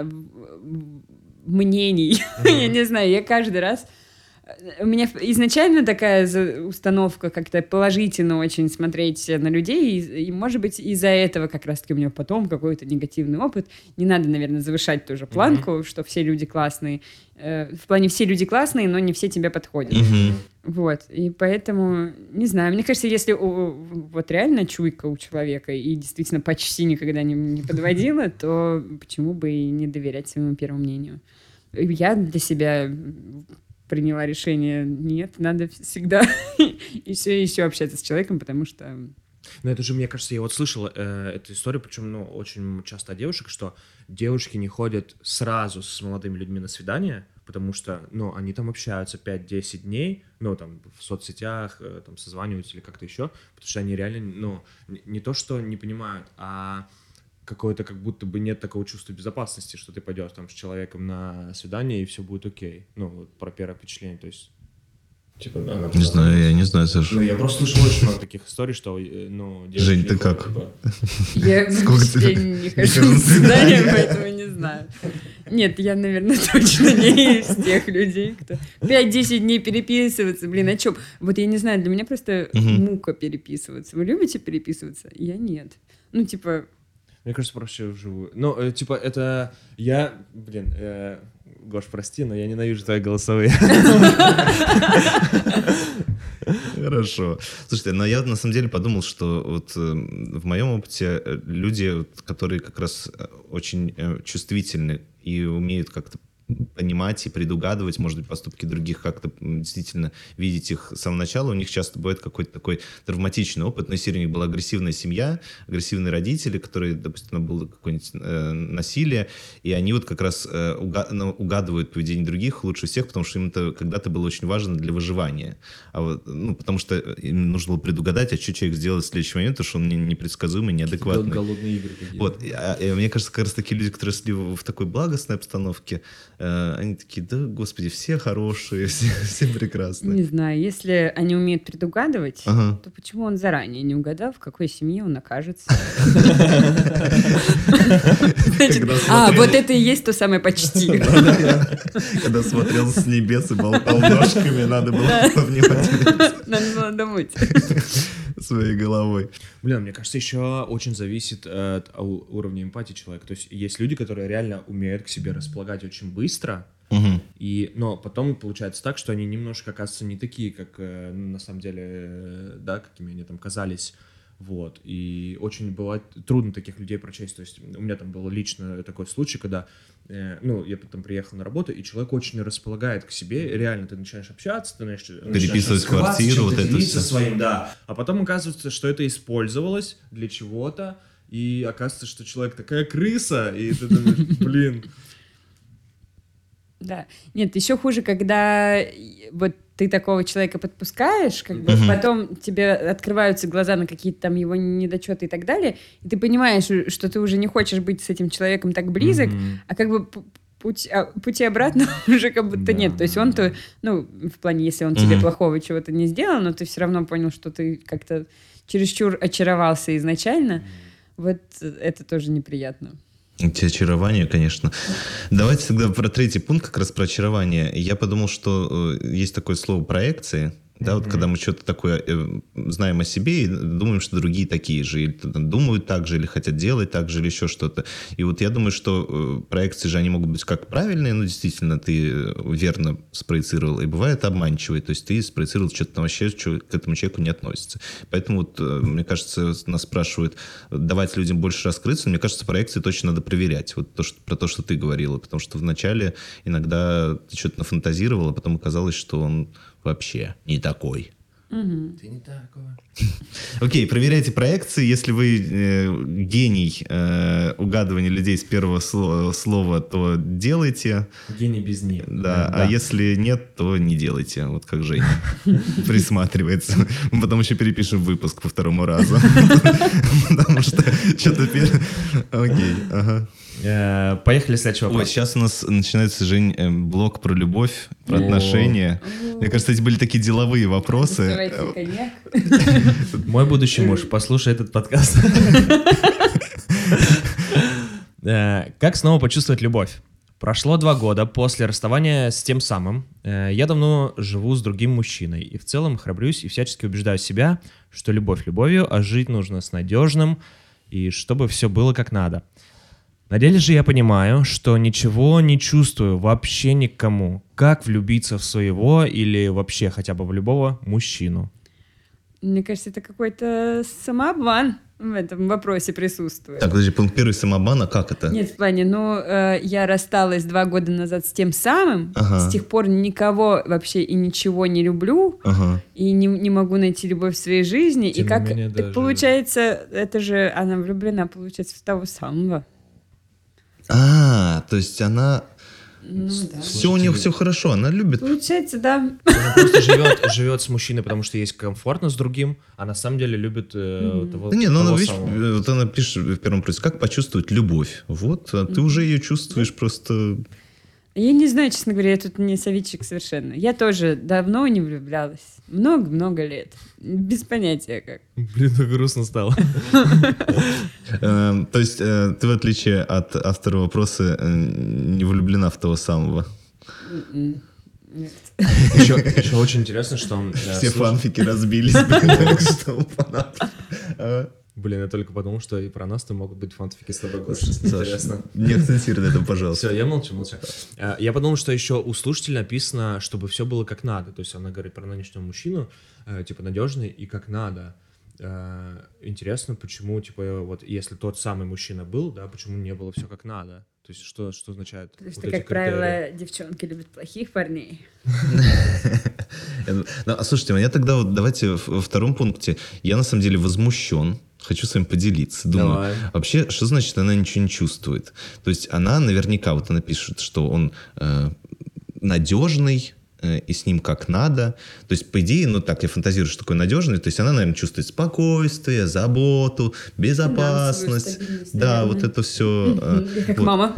мнений. Я не знаю, я каждый раз... У меня изначально такая установка как-то положительно очень смотреть на людей, и может быть, из-за этого как раз-таки у меня потом какой-то негативный опыт. Не надо, наверное, завышать тоже планку, что все люди классные. В плане все люди классные, но не все тебе подходят. Вот, и поэтому, не знаю, мне кажется, если вот реально чуйка у человека и действительно почти никогда не подводила, то почему бы и не доверять своему первому мнению? Я для себя... приняла решение, нет, надо всегда еще общаться с человеком, потому что... Ну, это же, мне кажется, я вот слышал эту историю, причем, очень часто от девушек, что девушки не ходят сразу с молодыми людьми на свидание, потому что, они там общаются 5-10 дней, там, в соцсетях, там, созваниваются или как-то еще, потому что они реально, не то, что не понимают, а какое-то как будто бы нет такого чувства безопасности, что ты пойдешь там с человеком на свидание, и все будет окей. Вот про первое впечатление, то есть... Типа, да, не знаю, я не знаю, Саша. Я просто слышал очень много таких историй, что, Жень, ты как? Я не хожу на свидание, поэтому не знаю. Нет, я, наверное, точно не из тех людей, кто 5-10 дней переписываться. Блин, о чем? Вот я не знаю, для меня просто мука переписываться. Вы любите переписываться? Я нет. Мне кажется, проще вживую. Это... Я... Гош, прости, но я ненавижу твои голосовые. Хорошо. Слушайте, но я на самом деле подумал, что вот в моем опыте люди, которые как раз очень чувствительны и умеют как-то понимать и предугадывать, может быть, поступки других, как-то действительно видеть их с самого начала. У них часто бывает какой-то такой травматичный опыт. На серии у них была агрессивная семья, агрессивные родители, которые, допустим, было какое-нибудь насилие, и они вот как раз угадывают поведение других лучше всех, потому что им это когда-то было очень важно для выживания. Потому что им нужно было предугадать, что человек сделает в следующий момент, потому что он непредсказуемый, неадекватный. Голодные игры. Вот. Мне кажется, как раз такие люди, которые росли в такой благостной обстановке, они такие: да, господи, все хорошие, все прекрасные. Не знаю, если они умеют предугадывать, то почему он заранее не угадал, в какой семье он окажется? Вот это и есть то самое почти. Когда смотрел с небес и болтал ножками, надо было повнимательнее. Надо было думать. Своей головой. Мне кажется, еще очень зависит от уровня эмпатии человека. То есть есть люди, которые реально умеют к себе располагать очень быстро, но потом получается так, что они немножко, оказывается, не такие, как на самом деле, да, какими они там казались. Вот. И очень бывает трудно таких людей прочесть. То есть у меня там был лично такой случай, когда я потом приехал на работу, и человек очень располагает к себе. Реально, ты начинаешь общаться, ты переписывать квартиру, вот это все. Своим, да. А потом оказывается, что это использовалось для чего-то, и оказывается, что человек такая крыса, и ты думаешь, блин. Да. Нет, еще хуже, когда вот ты такого человека подпускаешь, как бы, потом тебе открываются глаза на какие-то там его недочеты и так далее, и ты понимаешь, что ты уже не хочешь быть с этим человеком так близок, а как бы пути обратно уже как будто нет. То есть он-то, ну, в плане, если он тебе плохого чего-то не сделал, но ты все равно понял, что ты как-то чересчур очаровался изначально, вот это тоже неприятно. Эти очарования, конечно. Давайте тогда про третий пункт, как раз про очарование. Я подумал, что есть такое слово проекции. Да, вот когда мы что-то такое знаем о себе и думаем, что другие такие же, или думают так же, или хотят делать так же, или еще что-то. И вот я думаю, что проекции же, они могут быть как правильные, но действительно ты верно спроецировал, и бывает обманчивые, то есть ты спроецировал что-то вообще, что к этому человеку не относится. Поэтому вот, мне кажется, нас спрашивают, давать людям больше раскрыться, мне кажется, проекции точно надо проверять. Вот про то, что ты говорила, потому что вначале иногда ты что-то нафантазировал, а потом оказалось, что он вообще не такой. Ты не такой. Окей, проверяйте проекции. Если вы гений угадывания людей с первого слова, то делайте. Гений без них. Да, а если нет, то не делайте. Вот как Женя присматривается. Мы потом еще перепишем выпуск по второму разу. Потому что что-то... Окей, ага. Поехали следующий вопрос. Ой, сейчас у нас начинается, Жень, блок про любовь, про отношения. Мне кажется, эти были такие деловые вопросы. Давайте коньяк. Мой будущий муж, послушай этот подкаст. Как снова почувствовать любовь? Прошло 2 года после расставания с тем самым. Я давно живу с другим мужчиной. И в целом храбрюсь и всячески убеждаю себя, что любовь любовью, а жить нужно с надежным, и чтобы все было как надо. На деле же я понимаю, что ничего не чувствую вообще никому. Как влюбиться в своего или вообще хотя бы в любого мужчину? Мне кажется, это какой-то самообман в этом вопросе присутствует. Так, подожди, пункт 1 самообман, а как это? Нет, в плане, я рассталась 2 года назад с тем самым, с тех пор никого вообще и ничего не люблю, и не могу найти любовь в своей жизни. Тем и как не менее, так даже... получается, это же она влюблена, получается, в того самого. То есть она... Все у нее все хорошо, она любит. Получается, да. Она просто живет с мужчиной, потому что ей комфортно с другим, а на самом деле любит того, Да нет, ну, того видишь, самого. вот она пишет в первом вопросе, как почувствовать любовь? Вот, а ты уже ее чувствуешь просто... Я не знаю, честно говоря, я тут не советчик совершенно. Я тоже давно не влюблялась. Много-много лет. Без понятия как. Блин, так грустно стало. То есть ты, в отличие от автора вопроса, не влюблена в того самого? Нет. Еще очень интересно, что он... Все фанфики разбились. Что фанат. Блин, я только подумал, что и про нас-то могут быть фанфики с тобой. Интересно. Не акцентируй на этом, пожалуйста. Все, я молчу. Я подумал, что еще у слушателя написано, чтобы все было как надо. То есть она говорит про нынешнего мужчину, типа, надежный и как надо. Интересно, почему, типа, вот если тот самый мужчина был, да, почему не было все как надо? То есть что означает? Потому что, вот эти как правило, критерии? девчонки любят плохих парней. Слушайте, у меня тогда вот давайте во втором пункте. Я на самом деле возмущен. Хочу с вами поделиться. Думаю, Давай. вообще, что значит она ничего не чувствует? То есть она наверняка, вот она пишет, что он надежный, и с ним как надо. То есть, по идее, ну так, я фантазирую, что такое надежный. То есть она, наверное, чувствует спокойствие, заботу, безопасность. Да, вот это все. Как мама.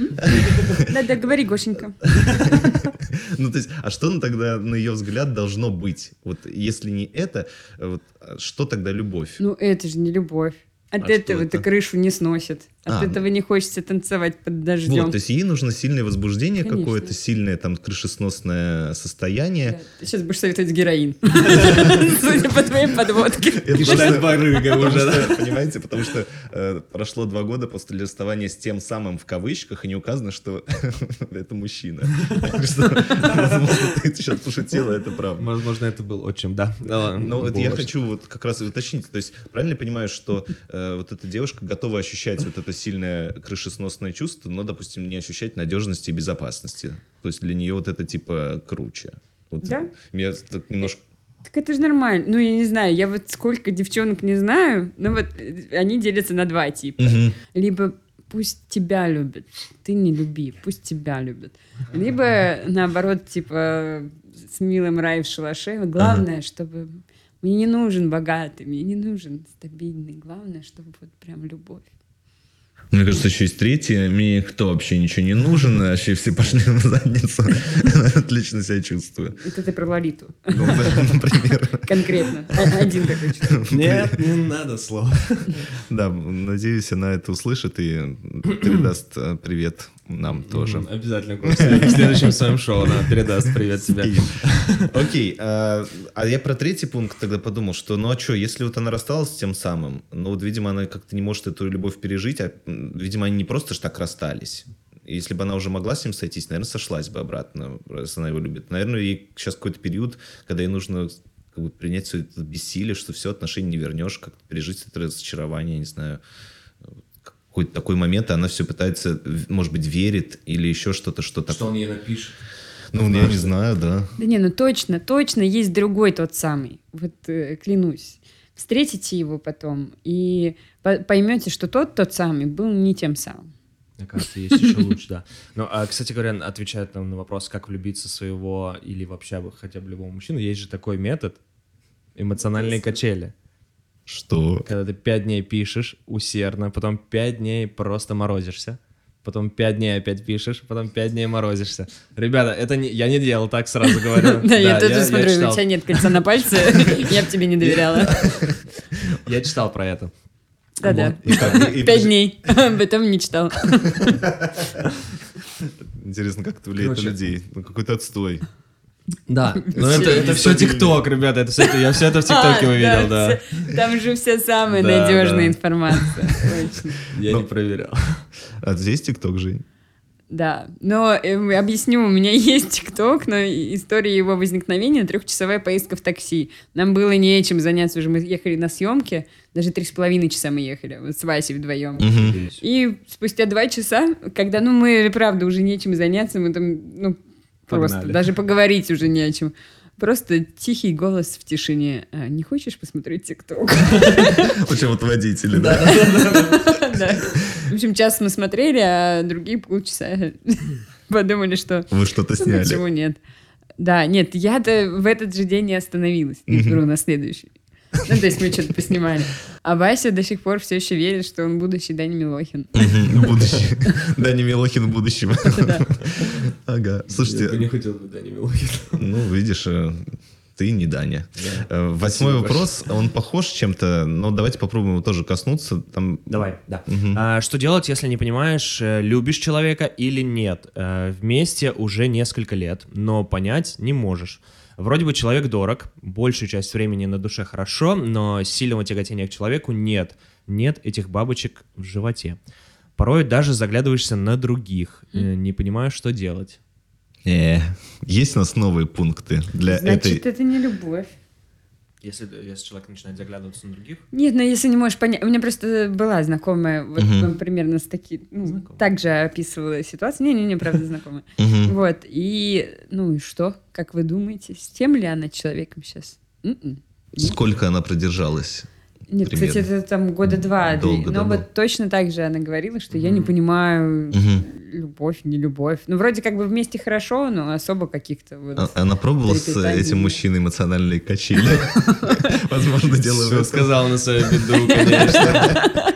Да, говори, Гошенька. Ну, то есть, а что тогда, на ее взгляд, должно быть? Вот если не это, вот, что тогда любовь? Ну, это же не любовь. От А этого что это это? крышу не сносит. От этого не хочется танцевать под дождем. Вот, то есть ей нужно сильное возбуждение, Конечно. какое-то сильное там крышесносное состояние. Да. Ты сейчас будешь советовать героин. Судя по твоей подводке. Ты что, барыга Потому уже, да? что, понимаете, потому что прошло 2 года после расставания с тем самым в кавычках, и не указано, что это мужчина. Так что, возможно, ты сейчас пошутила, это правда. Возможно, это был отчим, да. Но вот я хочу вот как раз уточнить, то есть правильно я понимаю, что вот эта девушка готова ощущать вот это сильное крышесносное чувство, но, допустим, не ощущать надежности и безопасности. То есть для нее вот это типа круче. Вот Да. меня так немножко... Так это же нормально. Ну, я не знаю, я вот сколько девчонок не знаю, но вот они делятся на 2 типа. Либо пусть тебя любят, ты не люби, пусть тебя любят. Либо, наоборот, типа, с милым рай в шалаше. Главное, чтобы... Мне не нужен богатый, мне не нужен стабильный. Главное, чтобы вот прям любовь. Мне кажется, еще есть третье. Мне никто вообще ничего не нужен, вообще все пошли на задницу. Отлично себя чувствую. Это ты про Лолиту. Ну, да, например. Конкретно. Один такой человек. Нет, не надо слов. Да, надеюсь, она это услышит и передаст привет нам тоже. Обязательно. В следующем своем шоу она передаст привет тебе. Окей, а я про третий пункт тогда подумал, что ну а что, если вот она рассталась с тем самым, ну вот, видимо, она как-то не может эту любовь пережить, а, видимо, они не просто ж так расстались. Если бы она уже могла с ним сойтись, наверное, сошлась бы обратно, раз она его любит. Наверное, ей сейчас какой-то период, когда ей нужно как бы принять все это бессилие, что все, отношения не вернешь, как-то пережить это разочарование, не знаю, какой-то такой момент, и она все пытается, может быть, верит или еще что-то, что такое. Что он ей напишет? Ну, я не знаю, да. Да не, ну точно есть другой тот самый. Вот клянусь. Встретите его потом и поймете, что тот самый был не тем самым. Мне кажется, есть еще лучше, да. Ну, кстати говоря, отвечает нам на вопрос, как влюбиться в своего или вообще хотя бы любого мужчину, есть же такой метод эмоциональные качели. Что? Когда ты 5 дней пишешь усердно, потом 5 дней просто морозишься, потом 5 дней опять пишешь, потом 5 дней морозишься. Ребята, это я не делал так, сразу говорю. Да, я тоже смотрю, у тебя нет кольца на пальце, я бы тебе не доверяла. Я читал про это. Да-да. 5 дней, потом не читал. Интересно, как это влияет на людей? Ну, какой-то отстой. Да, но это все ТикТок, ребята, я все это в ТикТоке увидел, да. Там же вся самая надежная информация. Я не проверял. А здесь ТикТок, Жень? Да, но объясню, у меня есть ТикТок, но история его возникновения — 3-часовая поездка в такси. Нам было нечем заняться уже, мы ехали на съемки, даже 3,5 часа мы ехали, вот с Васей вдвоем. И спустя 2 часа, когда, мы, правда, уже нечем заняться, мы там, просто Погнали. даже поговорить уже не о чем. Просто тихий голос в тишине. Не хочешь посмотреть ТикТок? Причем вот водители, да? Да. В общем, час мы смотрели, а другие полчаса подумали, что... Вы что-то сняли. Почему нет? Да, нет, я-то в этот же день не остановилась. Беру на следующий. Ну, то есть мы что-то поснимали. А Вася до сих пор все еще верит, что он будущий Даня Милохин. Будущий. Даня Милохин в будущем. Ага. Слушайте. Я бы не хотел быть Даней Милохиным. Ну, видишь, ты не Даня. 8-й вопрос, он похож чем-то, но давайте попробуем его тоже коснуться. Там... Давай, да. Что делать, если не понимаешь, любишь человека или нет? Вместе уже несколько лет, но понять не можешь. Вроде бы человек дорог, большую часть времени на душе хорошо, но сильного тяготения к человеку нет. Нет этих бабочек в животе. Порой даже заглядываешься на других, не понимаешь, что делать. Есть у нас новые пункты для этой... Значит, это не любовь. Если человек начинает заглядываться на других? Нет, но если не можешь понять... У меня просто была знакомая, вот примерно с таким... так же описывала ситуацию. Не, правда, знакомая. Вот, и... и что? Как вы думаете, с тем ли она человеком сейчас? Сколько она продержалась? Нет, примерно? Кстати, это там 2 года. Долго, но да, вот точно так же она говорила, что я не понимаю, любовь, не любовь. Вроде как бы вместе хорошо, но особо каких-то вот... Она пробовала с этим мужчиной эмоциональные качели? Возможно, делала... Все сказал на свою беду, конечно.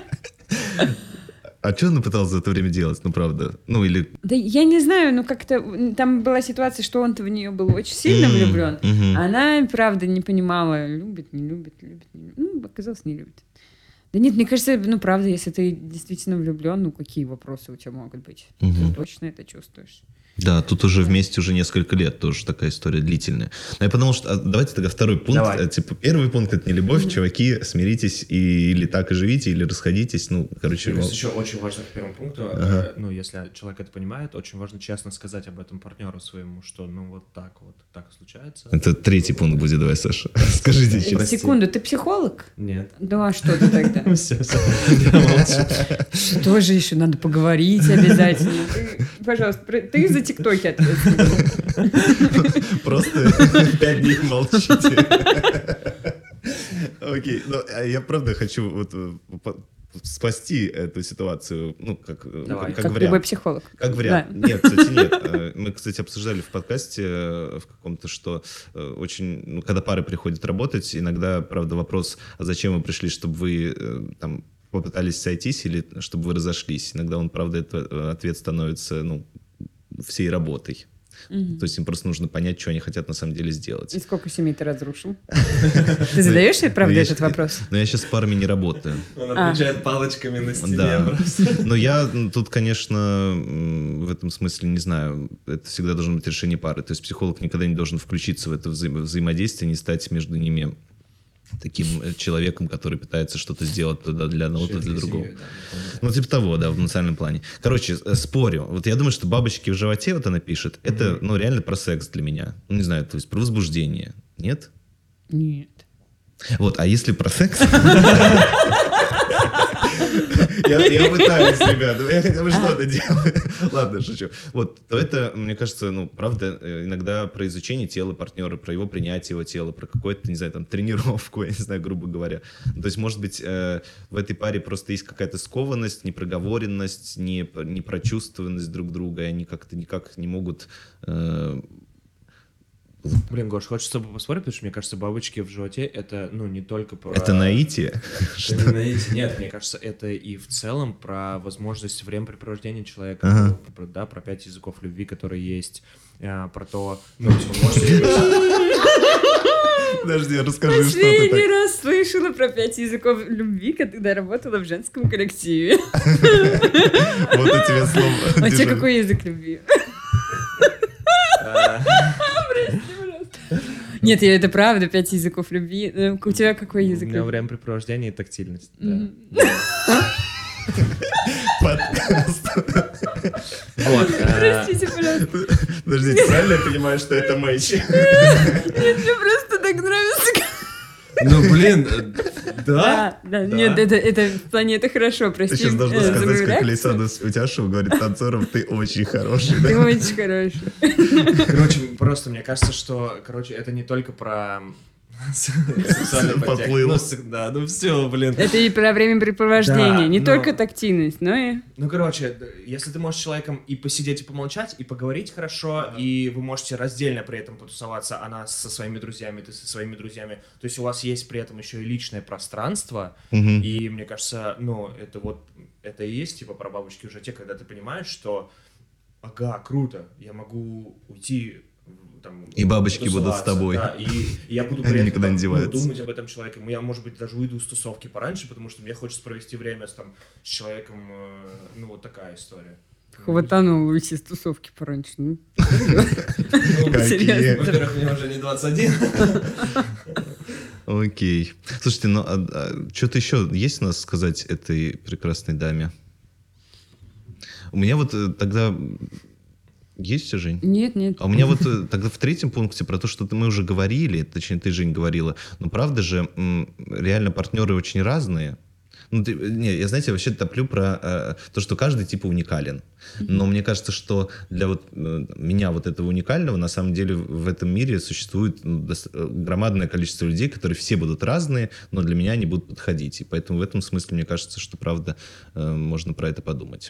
А что она пыталась за это время делать? Ну, правда. Ну, или... Да я не знаю, как-то... Там была ситуация, что он-то в нее был очень сильно влюблен, а она, правда, не понимала, любит, не любит, любит, не любит. Оказалось, не любит. Да нет, мне кажется, правда, если ты действительно влюблен, какие вопросы у тебя могут быть? Ты точно это чувствуешь. Да, тут уже вместе уже несколько лет, тоже такая история длительная. Но я подумал, что давайте тогда второй пункт. Давай. Первый пункт — это не любовь, чуваки, смиритесь или так и живите, или расходитесь. Короче... Мне кажется, еще очень важно к первому пункту, если человек это понимает, очень важно честно сказать об этом партнеру своему, что вот так и случается. Это 3-й пункт будет, давай, Саша. Скажите честно. Секунду, ты психолог? Нет. Да, а что ты тогда? Все, я молчу. Тоже еще надо поговорить обязательно. Пожалуйста, ты за ТикТоки ответственный. Просто 5 дней молчите. Окей, я правда хочу спасти эту ситуацию, ну, как Как вариант. любой психолог. Как вариант. Да. Нет, кстати, нет. Мы, кстати, обсуждали в подкасте в каком-то, что очень, ну, когда пары приходят работать, иногда, правда, вопрос, а зачем вы пришли, чтобы вы там попытались сойтись или чтобы вы разошлись. Иногда он, правда, ответ становится, ну, всей работой. То есть им просто нужно понять, что они хотят на самом деле сделать. И сколько семей ты разрушил? Ты задаешь себе, правда, этот вопрос? Но я сейчас с парами не работаю. Он отвечает палочками на стене. Да. Но я тут, конечно, в этом смысле не знаю. Это всегда должно быть решение пары. То есть психолог никогда не должен включиться в это взаимодействие, не стать между ними таким человеком, который пытается что-то сделать то для одного, то для другого. Ну, типа того, да, в эмоциональном плане. Короче, спорю. Вот я думаю, что бабочки в животе, вот она пишет, это, ну, реально про секс для меня. Ну, не знаю, то есть про возбуждение. Нет? Нет. Вот, а если про секс... Я пытаюсь, ребята, я хотя бы что-то делаю. Ладно, шучу. Вот, то это, мне кажется, ну, правда, иногда про изучение тела партнера, про его принятие его тела, про какую-то, не знаю, там, тренировку, я не знаю, грубо говоря. То есть, может быть, в этой паре просто есть какая-то скованность, непроговоренность, непрочувствованность друг друга, и они как-то никак не могут... Блин, Гош, хочется с тобой поспорить, потому что, мне кажется, бабочки в животе — это, ну, не только про... Это наитие? Это наитие. Нет, мне кажется, это и в целом про возможность времяпрепровождения человека, про 5 языков любви, которые есть, про то... Ну, вы можете... Подожди, расскажи, что ты Последний так... раз слышала про 5 языков любви, когда работала в женском коллективе. Вот у тебя слово. А у тебя какой язык любви? Нет, это правда, 5 языков любви. У тебя какой язык У меня любви? времяпрепровождение и тактильность. Подкаст. Простите, пожалуйста. Подождите, правильно я понимаю, что это матч? Нет, мне просто так нравится. Ну, блин, да? Да, нет, это в плане это хорошо, Ты прости. сейчас должна за сказать, мою как реакцию. Александр Утяшев говорит танцорам, ты очень хороший. Ты Да? очень хороший. Короче, просто мне кажется, что, это не только про сексуальный подтекст. Поплыл. Да, ну все, блин. Это и про времяпрепровождение, Да, не но- только тактильность, но и... Ну, короче, если ты можешь с человеком и посидеть, и помолчать, и поговорить хорошо, и вы можете раздельно при этом потусоваться, она со своими друзьями, ты со своими друзьями, то есть у вас есть при этом еще и личное пространство, и мне кажется, ну, это и есть, типа, про бабочки в животе, когда ты понимаешь, что, ага, круто, я могу уйти... Там, И бабочки будут с тобой. Да, и я буду Они при этом, никуда не деваются. думать об этом человеке. Я, может быть, даже уйду с тусовки пораньше, потому что мне хочется провести время с человеком, ну, вот такая история. Хватанул уйти с тусовки пораньше. Ну, Какие? серьезно. Во-первых, мне уже не 21. Окей. Слушайте, ну что-то еще есть у нас сказать этой прекрасной даме? У меня вот тогда... Есть все, Жень? Нет. А у меня вот тогда в третьем пункте про то, что мы уже говорили, точнее, ты, Жень, говорила, но правда же, реально партнеры очень разные. Ну, я, знаете, вообще топлю про то, что каждый типа уникален. Но мне кажется, что для вот меня вот этого уникального, на самом деле в этом мире существует громадное количество людей, которые все будут разные, но для меня они будут подходить. И поэтому в этом смысле мне кажется, что правда можно про это подумать.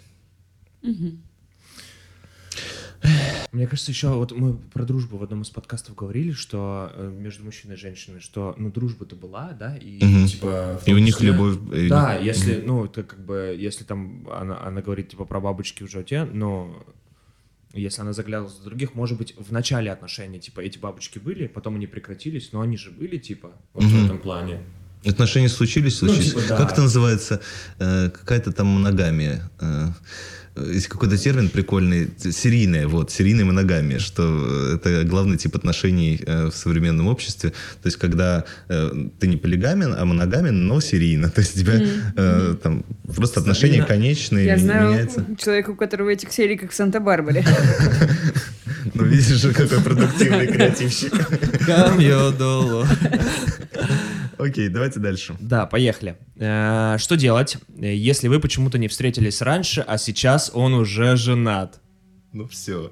Мне кажется, еще вот мы про дружбу в одном из подкастов говорили, что между мужчиной и женщиной, что, ну, дружба-то была, да, и типа... И у них любовь... Да, если, ну, это как бы, если там она говорит, типа, про бабочки в животе, но если она заглядывала за других, может быть, в начале отношений, типа, эти бабочки были, потом они прекратились, но они же были, типа, вот в этом плане. Отношения случились? Ну, типа, да. Как это называется? Какая-то там моногамия. Есть какой-то термин прикольный, серийная моногамия, что это главный тип отношений в современном обществе. То есть, когда ты не полигамен, а моногамен, но серийно. То есть, у тебя там просто отношения конечные, Я знаю меняются. человека, у которого этих серий как в Санта-Барбаре. Ну, видишь же, какой продуктивный креативщик. Камьёдоло. Окей, давайте дальше. Да, поехали. Что делать, если вы почему-то не встретились раньше, а сейчас он уже женат? Ну, все.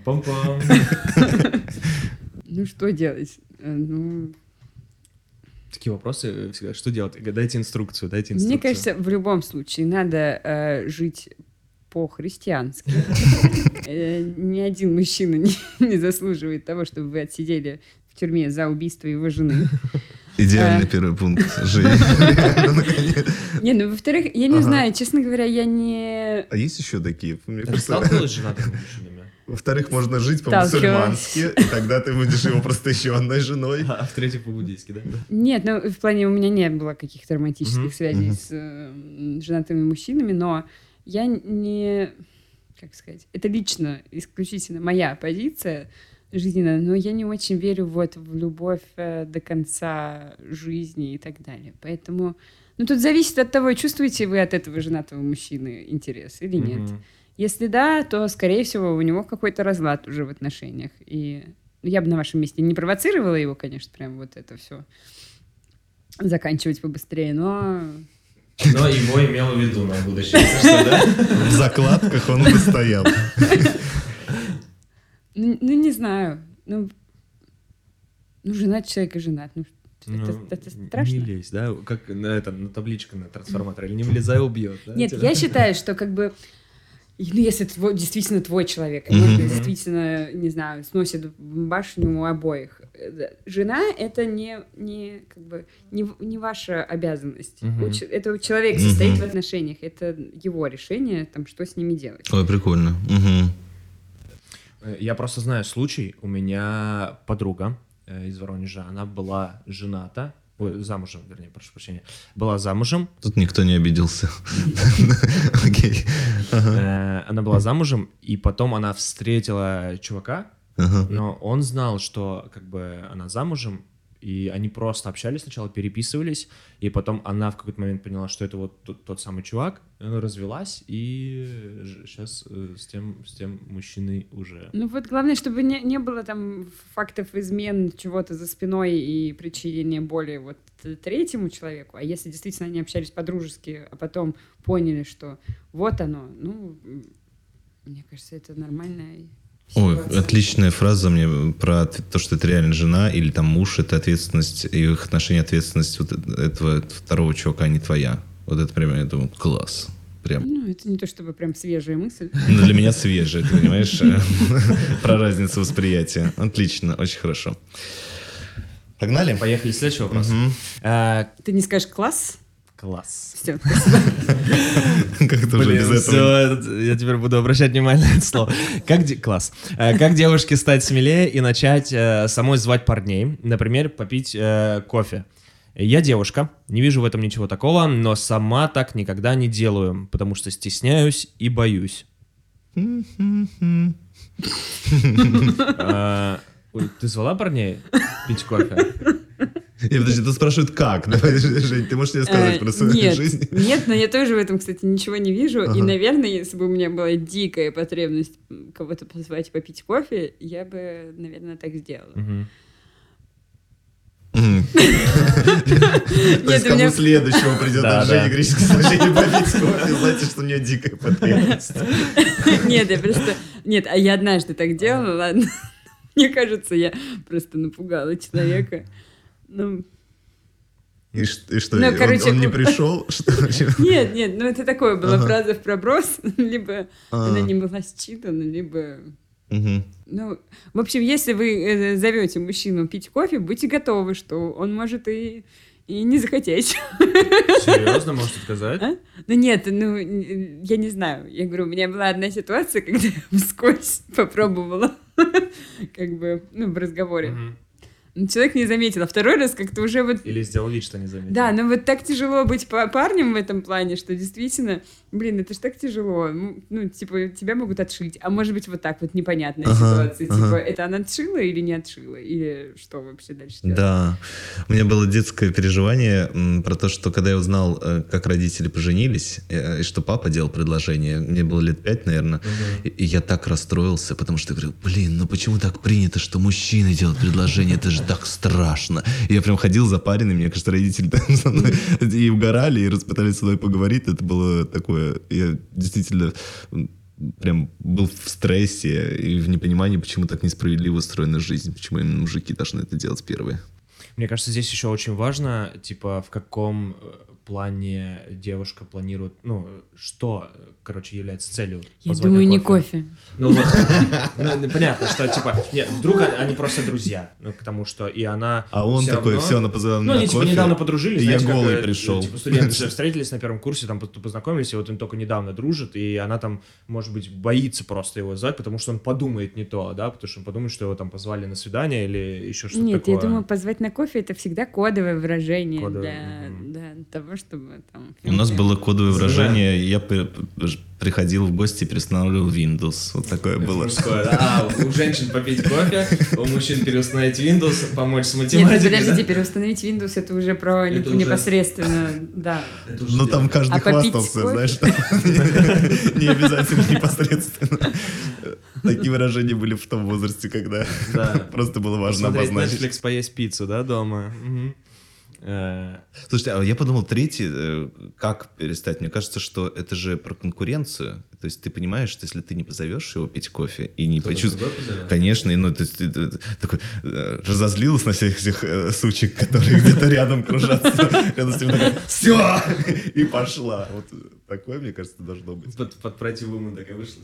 Пам-пам-пам. Ну, что делать? Ну, Такие вопросы всегда. Что делать? Дайте инструкцию. Мне кажется, в любом случае надо жить по-христиански. Ни один мужчина не заслуживает того, чтобы вы отсидели в тюрьме за убийство его жены. Идеальный первый пункт жизни. Не, ну, во-вторых, я не знаю, честно говоря, я не... А есть еще такие? Ты сталкивалась с женатыми мужчинами? Во-вторых, можно жить по-мусульмански, и тогда ты будешь его просто еще одной женой. А в-третьих, по-буддийски, да? Нет, ну, в плане у меня не было каких-то романтических связей с женатыми мужчинами, но я не... Как сказать? Это лично, исключительно моя позиция жизненная, но я не очень верю вот в любовь до конца жизни и так далее. Поэтому... Ну, тут зависит от того, чувствуете вы от этого женатого мужчины интерес или нет. Если да, то, скорее всего, у него какой-то разлад уже в отношениях. И я бы на вашем месте не провоцировала его, конечно, прям вот это все заканчивать побыстрее, но... Но его имел в виду на будущее, что, да? В закладках он бы стоял. Ну, не знаю. Ну, женат человек и женат. Ну, это страшно. Не лезь, да? Как на табличке на трансформаторе. Или не влезай, убьет. Да? Нет, я считаю, что как бы... Ну, если действительно твой человек, если действительно, не знаю, сносит башню у обоих. Жена — это не ваша обязанность. Это человек состоит в отношениях, это его решение, там, что с ними делать. Ой, прикольно. Я просто знаю случай. У меня подруга из Воронежа, она была жената. Ой, замужем, вернее, прошу прощения. Была замужем. Тут никто не обиделся. Окей. Она была замужем, и потом она встретила чувака, но он знал, что как бы она замужем, и они просто общались сначала, переписывались, и потом она в какой-то момент поняла, что это вот тот самый чувак, она развелась, и сейчас с тем мужчиной уже... Ну вот главное, чтобы не было там фактов измен, чего-то за спиной и причинения боли вот третьему человеку, а если действительно они общались по-дружески, а потом поняли, что вот оно, ну, мне кажется, это нормальная... Ой, отличная фраза мне про то, что это реально жена или там муж, это ответственность, и в их отношении ответственность вот этого второго чувака, а не твоя. Вот это прям, я думаю, класс. Прям. Ну, это не то чтобы прям свежая мысль. Ну, для меня свежая, ты понимаешь, про разницу восприятия. Отлично, очень хорошо. Погнали? Поехали, следующий вопрос. Ты не скажешь «класс»? Класс. Все, спасибо. Как-то уже без этого. Все, я теперь буду обращать внимание на это слово. Класс. Как девушке стать смелее и начать самой звать парней? Например, попить кофе. Я девушка, не вижу в этом ничего такого, но сама так никогда не делаю, потому что стесняюсь и боюсь. Ты звала парней пить кофе? Подожди, тут спрашивают, как? Давай, Жень, ты можешь мне сказать про свою жизнь? Нет, но я тоже в этом, кстати, ничего не вижу. И, наверное, если бы у меня была дикая потребность кого-то позвать попить кофе, я бы, наверное, так сделала. То есть кому следующему придет от Жени греческое сложение попить кофе, знаете, что у нее дикая потребность. Нет, я просто... Нет, а я однажды так делала, ладно. Мне кажется, я просто напугала человека. Ну... И что, ну, короче, он не пришел? Нет, ну это такое была фраза в проброс, либо она не была считана, либо... Ну, в общем, если вы зовете мужчину пить кофе, будьте готовы, что он может и не захотеть. Серьезно, может отказать? А? Ну нет, ну я не знаю. Я говорю, у меня была одна ситуация, когда я вскользь попробовала, как бы, ну, в разговоре. Человек не заметил, а второй раз как-то уже вот... Или сделал вид, что не заметил. Да, но вот так тяжело быть парнем в этом плане, что действительно, блин, это ж так тяжело. Ну, типа, тебя могут отшить, а может быть вот так вот непонятная ситуация. Типа, это она отшила или не отшила? Или что вообще дальше делать? Да. У меня было детское переживание про то, что когда я узнал, как родители поженились, и что папа делал предложение, мне было лет 5, наверное, и я так расстроился, потому что я говорю, блин, ну почему так принято, что мужчины делают предложение? Это же так страшно. И я прям ходил запаренный, мне кажется, родители там со мной и угорали, и пытались со мной поговорить. Это было такое... Я действительно прям был в стрессе и в непонимании, почему так несправедливо устроена жизнь, почему именно мужики должны это делать первые. Мне кажется, здесь еще очень важно, типа, в каком плане девушка планирует, ну, что, короче, является целью. Я думаю, не кофе. Ну, понятно, что, типа, нет, вдруг они просто друзья, ну, потому что и она... А он такой, все, она позвала меня на кофе. Ну, они, типа, недавно подружились, я голый пришел. Типа, студенты встретились на первом курсе, там, познакомились, и вот он только недавно дружит, и она там, может быть, боится просто его звать, потому что он подумает не то, да, потому что он подумает, что его там позвали на свидание или еще что-то такое. Нет, я думаю, позвать на кофе — это всегда кодовое выражение для того, чтобы там... У нас было кодовое выражение, я приходил в гости и переустанавливал Windows. Вот такое было. Мужское. У женщин попить кофе, у мужчин переустановить Windows, помочь с математикой. Нет, подождите, переустановить Windows — это уже про непосредственно, да. Ну там каждый хвастался, знаешь, не обязательно непосредственно. Такие выражения были в том возрасте, когда просто было важно обозначить. Netflix, поесть пиццу, да, дома. Слушайте, а я подумал, третий, как перестать? Мне кажется, что это же про конкуренцию. То есть ты понимаешь, что если ты не позовешь его пить кофе и не почувствуешь... Конечно, ну, ты такой разозлился на всех этих сучек, которые где-то рядом кружатся. Все! И пошла. Вот такое, мне кажется, должно быть. Под противом такая вышла.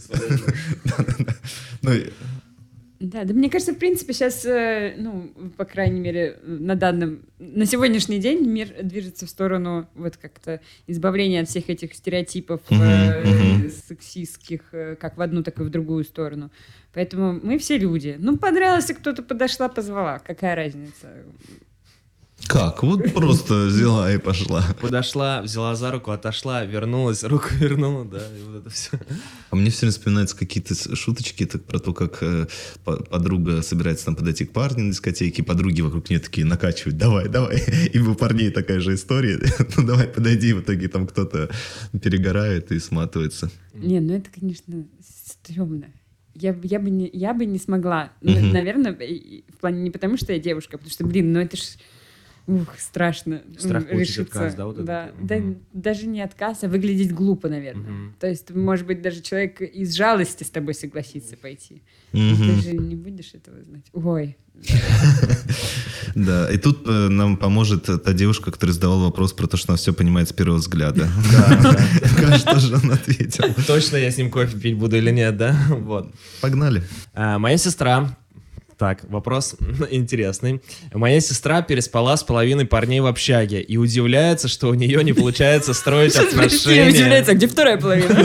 Да, мне кажется, в принципе, сейчас, ну, по крайней мере, на сегодняшний день мир движется в сторону вот как-то избавления от всех этих стереотипов сексистских, как в одну, так и в другую сторону. Поэтому мы все люди. Ну, понравилось, кто-то подошла, позвала. Какая разница? Как? Вот просто взяла и пошла. Подошла, взяла за руку, отошла, вернулась, руку вернула, да, и вот это все. А мне все время вспоминаются какие-то шуточки про то, как подруга собирается там подойти к парню на дискотеке, подруги вокруг нее такие накачивают, давай. И у парней такая же история. Ну давай, подойди, в итоге там кто-то перегорает и сматывается. Не, ну это, конечно, стрёмно. Я бы не смогла. Наверное, в плане не потому, что я девушка, а потому что, ну это ж... страшно. Страх получить отказ, да? Вот да, даже не отказ, а выглядеть глупо, наверное. То есть, может быть, даже человек из жалости с тобой согласится пойти. Ты же не будешь этого знать. Ой. Да, и тут нам поможет та девушка, которая задавала вопрос про то, что она все понимает с первого взгляда. Да. Что же он ответил? Точно я с ним кофе пить буду или нет, да? Вот. Погнали. Моя сестра... Так, вопрос интересный. Моя сестра переспала с половиной парней в общаге и удивляется, что у нее не получается строить отношения. Удивляется, а где вторая половина?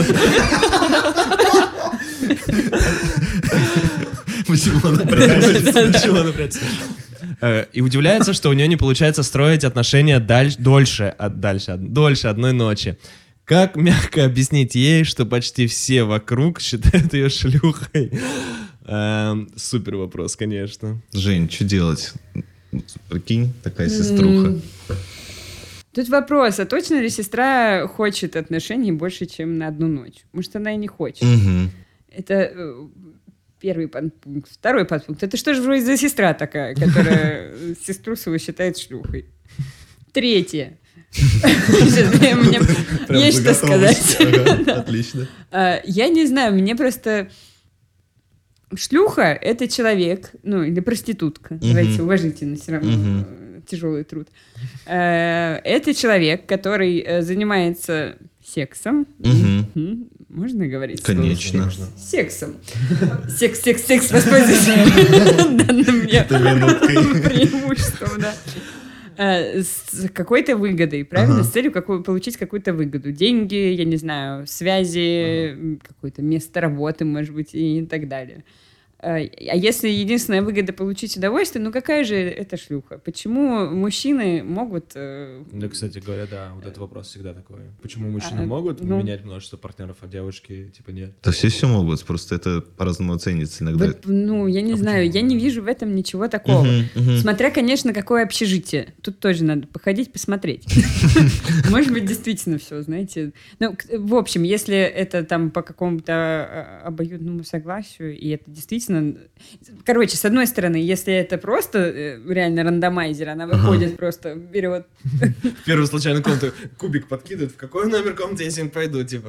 Почему она прячется? И удивляется, что у нее не получается строить отношения дольше одной ночи. Как мягко объяснить ей, что почти все вокруг считают ее шлюхой? Супер вопрос, конечно. Жень, что делать? Прикинь, такая сеструха. Тут вопрос, а точно ли сестра хочет отношений больше, чем на одну ночь? Может, она и не хочет. Это первый подпункт. Второй подпункт. Это что же вроде за сестра такая, которая сестру свою считает шлюхой? Третье. Мне есть что сказать. Отлично. Я не знаю, мне просто... Шлюха — это человек, ну, или проститутка, давайте уважительно, все равно тяжелый труд. Это человек, который занимается сексом. Можно говорить? Конечно. Сексом. Секс, воспользуйся данным мне преимуществом, да. С какой-то выгодой, правильно? С целью получить какую-то выгоду. Деньги, я не знаю, связи, какое-то место работы, может быть, и так далее. А если единственная выгода получить удовольствие, ну какая же это шлюха? Почему мужчины могут... Да, кстати говоря, да, вот этот вопрос всегда такой. Почему мужчины могут менять множество партнеров, а девушки типа нет? Да все могут, просто это по-разному оценится иногда. Вот, ну, я не знаю, я не вижу в этом ничего такого. Смотря, конечно, какое общежитие. Тут тоже надо походить, посмотреть. Может быть, действительно все, знаете. Ну, в общем, если это там по какому-то обоюдному согласию, и это действительно... Короче, с одной стороны, если это просто реально рандомайзер, она выходит просто, берет... В первую случайную комнату кубик подкидывает. В какой номер комнаты я сегодня пойду, типа?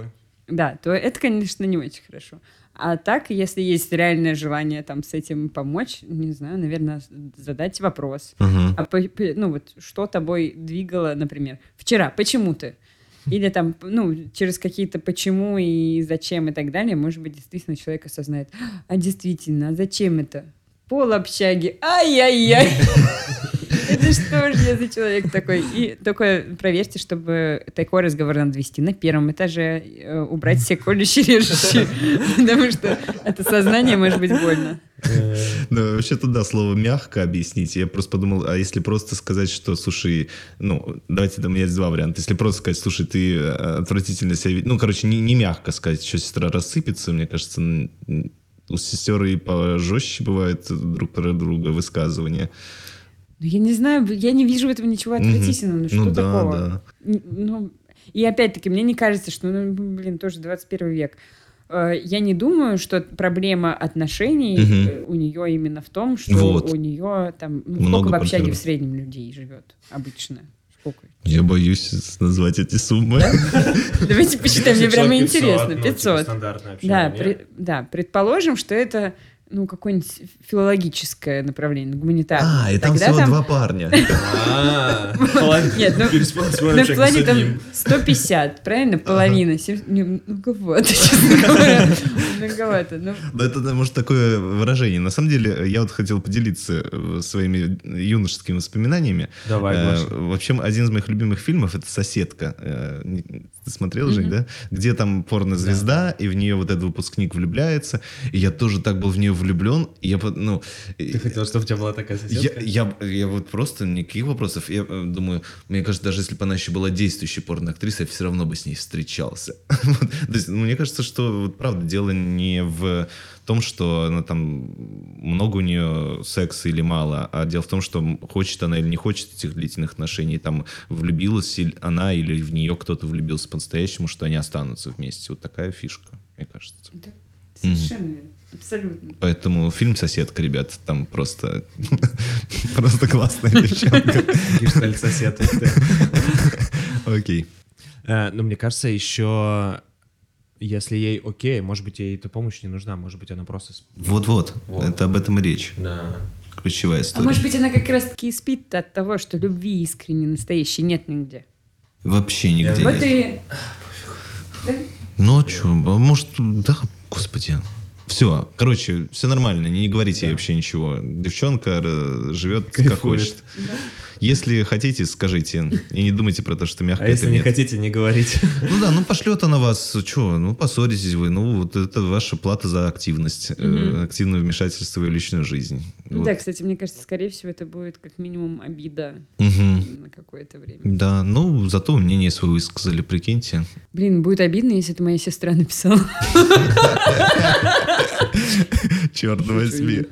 да, то это, конечно, не очень хорошо. А так, если есть реальное желание там с этим помочь, не знаю, наверное, задать вопрос. Ага. Ну вот, что тобой двигало, например, вчера, почему ты? Или там, ну, через какие-то почему и зачем и так далее, может быть, действительно человек осознает, а действительно, а зачем это? Пол общаги, ай-яй-яй. Это что же я за человек такой? И только проверьте, чтобы такой разговор надо вести на первом этаже, убрать все колющие, режущие, потому что это сознание может быть больно. Да, вообще-то да, слово «мягко» объяснить. Я просто подумал, а если просто сказать, что, слушай, ну, давайте там есть два варианта. Если просто сказать, слушай, ты отвратительно себя ведешь, ну, короче, не мягко сказать, что сестра рассыпется, мне кажется, у сестер и пожестче бывает друг про друга высказывания. Я не знаю, я не вижу в этом ничего отвратительного. Ну, что такого? Да. Ну, и опять-таки, мне не кажется, что, ну, блин, тоже 21 век. Я не думаю, что проблема отношений у нее именно в том, что у нее там... Ну, сколько в общаге в среднем людей живет обычно? Сколько? Я боюсь назвать эти суммы. Давайте посчитаем, мне прямо интересно. 500. Да, да, предположим, что это... ну, какое-нибудь филологическое направление, гуманитарное. И там всего два парня. Нет, ну, в плане там 150, правильно? Половина. Многовато, честно говоря. Многовато. Да, это, может, такое выражение. На самом деле, я вот хотел поделиться своими юношескими воспоминаниями. Давай, в общем, один из моих любимых фильмов — это «Соседка». Ты смотрел, Жень, да? Где там порнозвезда, и в нее вот этот выпускник влюбляется. И я тоже так был в нее влюблен. И Ты хотел, чтобы у тебя была такая соседка? Я вот просто никаких вопросов. Я думаю, мне кажется, даже если бы она еще была действующей порноактрисой, я все равно бы с ней встречался. То есть, мне кажется, что вот, правда, дело не в том, что она там много у нее секса или мало, а дело в том, что хочет она или не хочет этих длительных отношений, там влюбилась она или в нее кто-то влюбился по-настоящему, что они останутся вместе. Вот такая фишка, мне кажется. Да, совершенно верно. Абсолютно. Поэтому фильм «Соседка», ребят, там просто классная девчонка. Сосед. Окей. Ну, мне кажется, еще... Если ей окей, может быть, ей эта помощь не нужна, может быть, она просто... Вот. Это об этом и речь. Да. Ключевая история. А может быть, она как раз-таки спит от того, что любви искренней, настоящей нет нигде. Вообще нигде Вот нет. и... Ну, что, может, да, господи. Все, короче, все нормально, не говорите ей вообще ничего. Девчонка живет как хочет. Если хотите, скажите. И не думайте про то, что мягко это нет. А если не хотите, не говорите. Ну да, пошлет она вас, что, поссоритесь вы. Вот это ваша плата за активность, активное вмешательство в ее личную жизнь. Да, кстати, мне кажется, скорее всего, это будет как минимум обида на какое-то время. Да, зато мнение свое высказали, прикиньте. Блин, будет обидно, если это моя сестра написала. Черт возьми.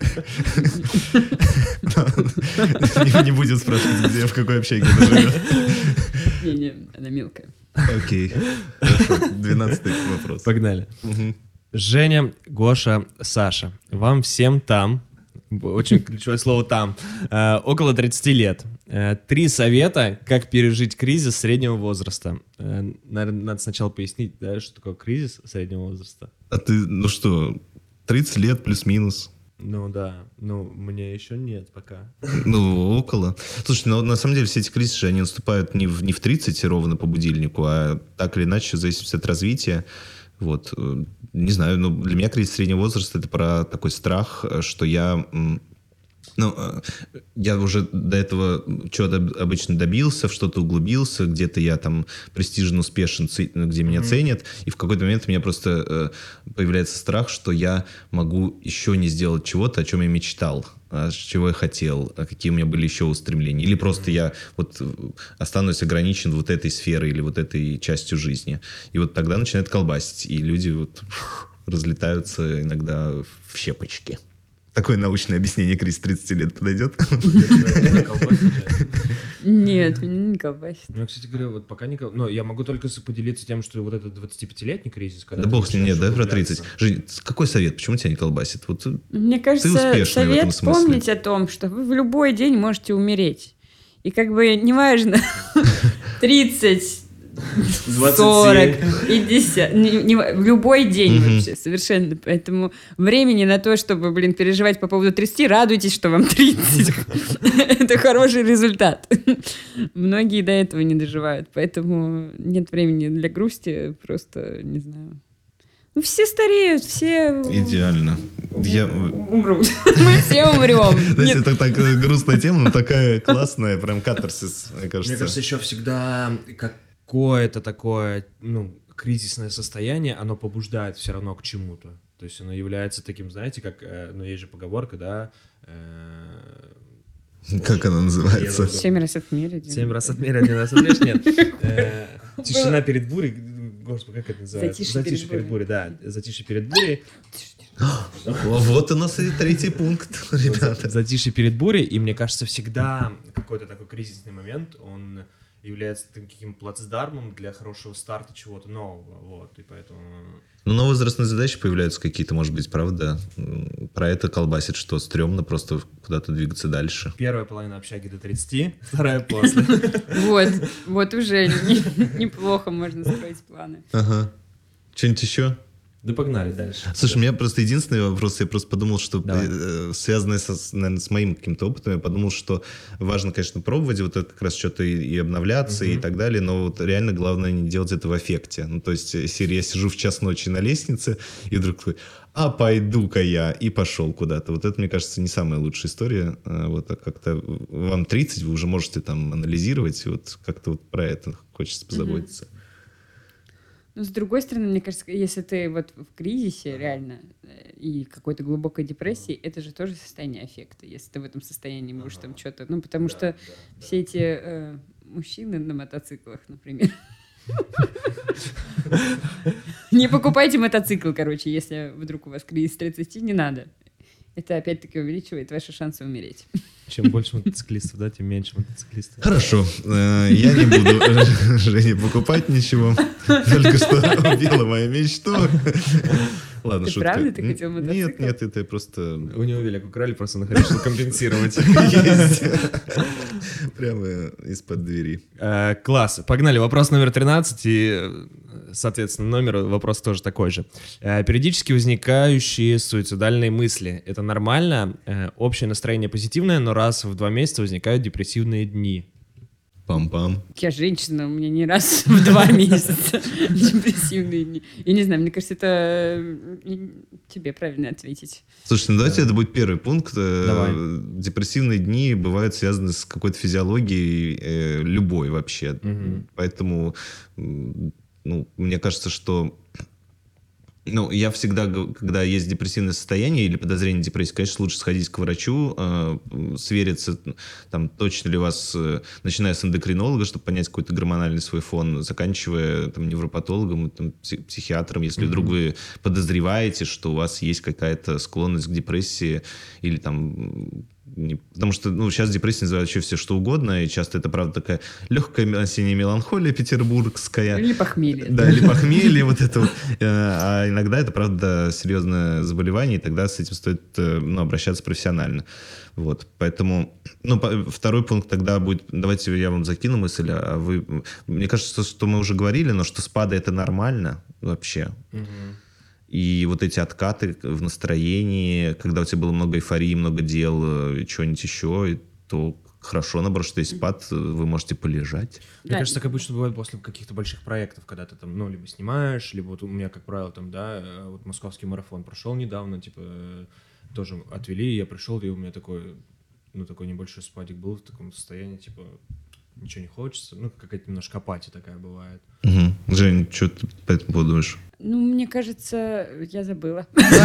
Не будет спрашивать, где, в какой общаге она живет. Не, она мелкая. Окей. Хорошо. 12-й вопрос. Погнали. Женя, Гоша, Саша. Вам всем там, очень ключевое слово там, около 30 лет. 3 совета, как пережить кризис среднего возраста. Наверное, надо сначала пояснить, да, что такое кризис среднего возраста. А ты, 30 лет плюс-минус? Ну да, мне еще нет пока. Около. Слушай, на самом деле все эти кризисы, они наступают не в 30 ровно по будильнику, а так или иначе, в зависимости от развития. Вот. Не знаю, для меня кризис среднего возраста — это про такой страх, что я уже до этого чего-то обычно добился, в что-то углубился, где-то я там престижно успешен, где меня ценят, и в какой-то момент у меня просто появляется страх, что я могу еще не сделать чего-то, о чем я мечтал, чего я хотел, какие у меня были еще устремления. Или просто я останусь ограничен вот этой сферой или вот этой частью жизни. И вот тогда начинает колбасить, и люди разлетаются иногда в щепочки. Такое научное объяснение кризис 30 лет подойдет? Нет, меня не колбасит. Ну, кстати говоря, вот пока не... Ну, я могу только поделиться тем, что вот этот 25-летний кризис... Да бог с ним, нет, да, про 30. Жень, какой совет? Почему тебя не колбасит? Мне кажется, совет помнить о том, что вы в любой день можете умереть. И как бы неважно, 30, 40, 50, в любой день вообще, совершенно. Поэтому времени на то, чтобы, переживать по поводу 30, радуйтесь, что вам 30. Это хороший результат. Многие до этого не доживают, поэтому нет времени для грусти, просто, не знаю. Все стареют, все... Идеально. Умрут. Мы все умрем. Знаете, это так грустная тема, но такая классная, прям катарсис, мне кажется. Мне кажется, еще всегда какое-то такое, кризисное состояние, оно побуждает все равно к чему-то. То есть оно является таким, знаете, как, есть же поговорка, да... Как она называется? 7 раз отмерить. 7 раз отмерить, 1 раз отрежь, нет. Тишина перед бурей, господи, как это называется? Затишье перед бурей, да. Затишье перед бурей. Вот у нас и третий пункт, ребята. Затишье перед бурей, и мне кажется, всегда какой-то такой кризисный момент, он является таким плацдармом для хорошего старта чего-то нового, вот, и поэтому... Но возрастные задачи появляются какие-то, может быть, правда? Про это колбасит, что стрёмно просто куда-то двигаться дальше. Первая половина общаги до 30, вторая после. Вот уже неплохо можно строить планы. Ага. Что-нибудь еще? Да погнали дальше. Слушай, у меня просто единственный вопрос, я просто подумал, что связанный, наверное, с моим каким-то опытом, я подумал, что важно, конечно, пробовать вот это как раз что-то и обновляться и так далее, но вот реально главное не делать это в аффекте. Ну, то есть, если я сижу в час ночи на лестнице, и вдруг такой, пойду-ка я, и пошел куда-то. Вот это, мне кажется, не самая лучшая история. Вот, а как-то вам 30, вы уже можете там анализировать, и вот как-то вот про это хочется позаботиться. Но с другой стороны, мне кажется, если ты вот в кризисе реально и какой-то глубокой депрессии, это же тоже состояние аффекта, если ты в этом состоянии можешь там что-то... потому что все эти мужчины на мотоциклах, например... Не покупайте мотоцикл, короче, если вдруг у вас кризис 30, не надо. Это опять-таки увеличивает ваши шансы умереть. Чем больше мотоциклистов, да, тем меньше мотоциклистов. Хорошо. Я не буду, Жене, покупать ничего. Только что убила мою мечту. Ладно, ты шутка. Правда ты хотел мотоцикл? Нет, это просто... У него велик украли, просто он решил компенсировать. Есть. Прямо из-под двери. Класс. Погнали. Вопрос номер 13. И, соответственно, вопрос тоже такой же. Периодически возникающие суицидальные мысли. Это нормально? Общее настроение позитивное, но раз в 2 месяца возникают депрессивные дни. Пам-пам. Я женщина, у меня не раз в 2 месяца депрессивные дни. Я не знаю, мне кажется, это тебе правильно ответить. Слушайте, давайте это будет первый пункт. Давай. Депрессивные дни бывают связаны с какой-то физиологией любой вообще. Поэтому, мне кажется, что... я всегда, когда есть депрессивное состояние или подозрение депрессии, конечно, лучше сходить к врачу, свериться, там, точно ли у вас, начиная с эндокринолога, чтобы понять какой-то гормональный свой фон, заканчивая там, невропатологом, там, психиатром, если вдруг вы подозреваете, что у вас есть какая-то склонность к депрессии или там... Потому что сейчас депрессия называют еще все что угодно, и часто это, правда, такая легкая осенняя меланхолия петербургская. Или похмелье. Да, или похмелье, вот это вот. А иногда это, правда, серьезное заболевание, и тогда с этим стоит обращаться профессионально. Вот, поэтому, второй пункт тогда будет, давайте я вам закину мысль, а вы... Мне кажется, что мы уже говорили, но что спады это нормально вообще. И вот эти откаты в настроении, когда у тебя было много эйфории, много дел, и чего-нибудь еще, то хорошо, наоборот, что есть спад, вы можете полежать. Мне кажется, так обычно бывает после каких-то больших проектов, когда ты там, либо снимаешь, либо вот у меня, как правило, там, да, вот московский марафон прошел недавно, типа, тоже отвели, я пришел, и у меня такой небольшой спадик был в таком состоянии, типа, ничего не хочется, какая-то немножко апатия такая бывает. Жень, что ты по этому поводу думаешь? Мне кажется, я забыла.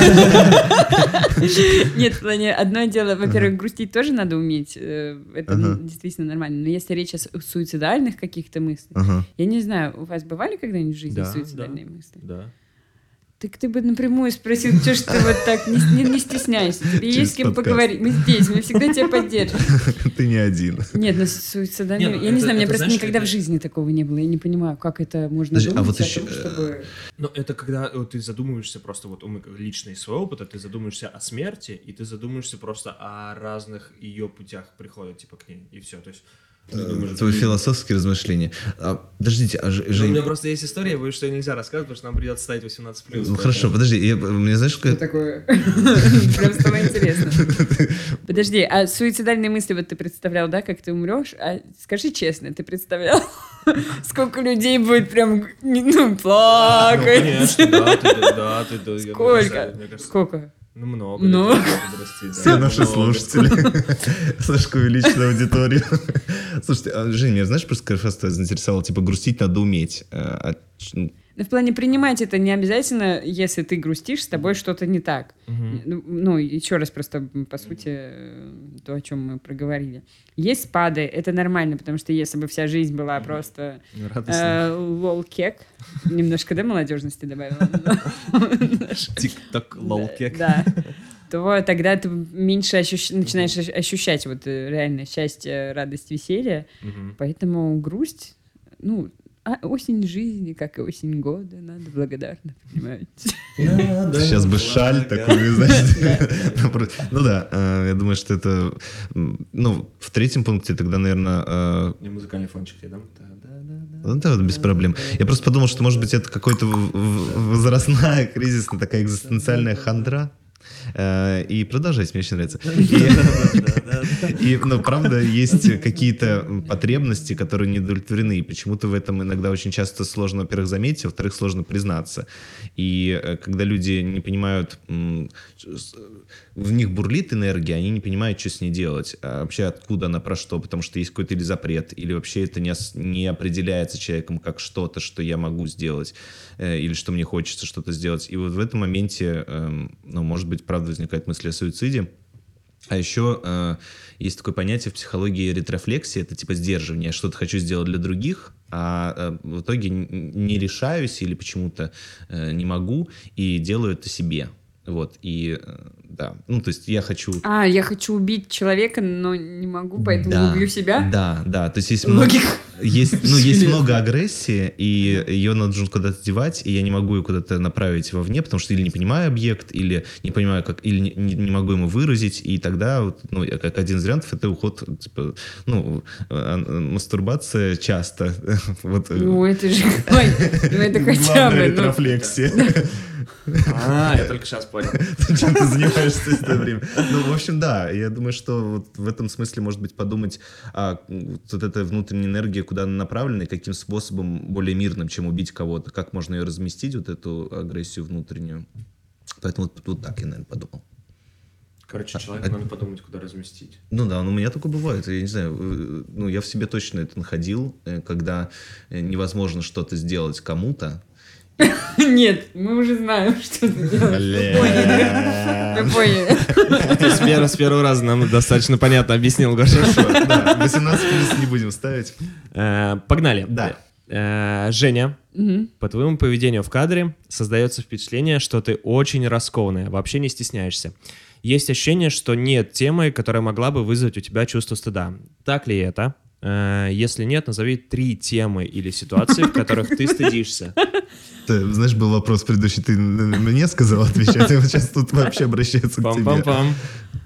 Нет, в плане, одно дело, во-первых, грустить тоже надо уметь, это действительно нормально, но если речь о суицидальных каких-то мыслях, я не знаю, у вас бывали когда-нибудь в жизни суицидальные мысли? Да. Так ты бы напрямую спросил, что ж ты вот так, не стесняйся, тебе есть с кем поговорить, мы здесь, мы всегда тебя поддержим. Ты не один. Нет, суицидальные... Я не знаю, у меня просто никогда в жизни такого не было, я не понимаю, как это можно думать о том, чтобы... Это когда ты задумываешься просто, вот лично из своего опыта, ты задумываешься о смерти, и ты задумываешься просто о разных ее путях прихода, типа, к ней, и все, то есть... Твои философские размышления. Подождите, У меня просто есть история, я боюсь, что ее нельзя рассказывать, потому что нам придется ставить 18+. Ну хорошо, подожди, мне знаешь, Что такое? Прям стало интересно. Подожди, а суицидальные мысли вот ты представлял, да, как ты умрешь? А скажи честно, ты представлял, сколько людей будет прям, плакать? Конечно, да. Сколько? Сколько? Ну, много. Много. все наши слушатели. Сашка увеличит аудиторию. Слушайте, Женя, меня знаешь, просто как заинтересовало, типа, грустить надо уметь. В плане принимать это не обязательно, если ты грустишь, с тобой что-то не так. Ну, еще раз просто, по сути, то, о чем мы проговорили. Есть спады, это нормально, потому что если бы вся жизнь была просто лол-кек, немножко, да, молодежности добавила? Тик-ток, лол-кек. Да. То тогда ты меньше начинаешь ощущать вот реально счастье, радость, веселье. Поэтому грусть, осень жизни, как и осень года, надо благодарно, понимаете? Сейчас бы шаль такую, знаете. Ну да, я думаю, что это... Ну, в третьем пункте тогда, наверное... Не музыкальный фончик, да? Да, без проблем. Я просто подумал, что, может быть, это какой-то возрастная, кризисная, такая экзистенциальная хандра. И продолжайте, мне очень нравится. И, правда, есть какие-то потребности, которые не удовлетворены. И почему-то в этом иногда очень часто сложно, во-первых, заметить, во-вторых, сложно признаться. И когда люди не понимают, в них бурлит энергия, они не понимают, что с ней делать. А вообще откуда она, про что. Потому что есть какой-то или запрет, или вообще это не определяется человеком как что-то, что я могу сделать, или что мне хочется что-то сделать. И вот в этом моменте, может быть, правда возникает мысль о суициде. А еще есть такое понятие в психологии ретрофлексии, это типа сдерживание. Я что-то хочу сделать для других, а в итоге не решаюсь или почему-то не могу и делаю это себе. Вот, и да, то есть я хочу... Я хочу убить человека, но не могу, поэтому убью себя? Да, то есть есть много агрессии, и ее нужно куда-то девать, и я не могу ее куда-то направить вовне, потому что или не понимаю объект, или не понимаю, как, или не могу ему выразить, и тогда, как один из вариантов, это уход, типа, мастурбация часто. Это же... это хотя бы... Главная ретрофлексия. Я только сейчас понял. Чем ты занимаешься это время? В общем, да, я думаю, что вот в этом смысле, может быть, подумать, вот эта внутренняя энергия, куда она направлена, и каким способом более мирным, чем убить кого-то, как можно ее разместить, вот эту агрессию внутреннюю. Поэтому вот так я, наверное, подумал. Короче, человеку надо подумать, куда разместить. Ну да, у меня такое бывает, я не знаю, я в себе точно это находил, когда невозможно что-то сделать кому-то. Нет, мы уже знаем, что ты делаешь. Мы поняли. То есть с первого раза нам достаточно понятно объяснил Гоша. Да, 18+ не будем ставить. Погнали. Да. Женя, по твоему поведению в кадре создается впечатление, что ты очень раскованная, вообще не стесняешься. Есть ощущение, что нет темы, которая могла бы вызвать у тебя чувство стыда. Так ли это? Если нет, назови 3 темы или ситуации, в которых ты стыдишься. Ты, знаешь, был вопрос предыдущий, ты мне сказал отвечать, а сейчас тут вообще обращается к тебе. Пам-пам-пам.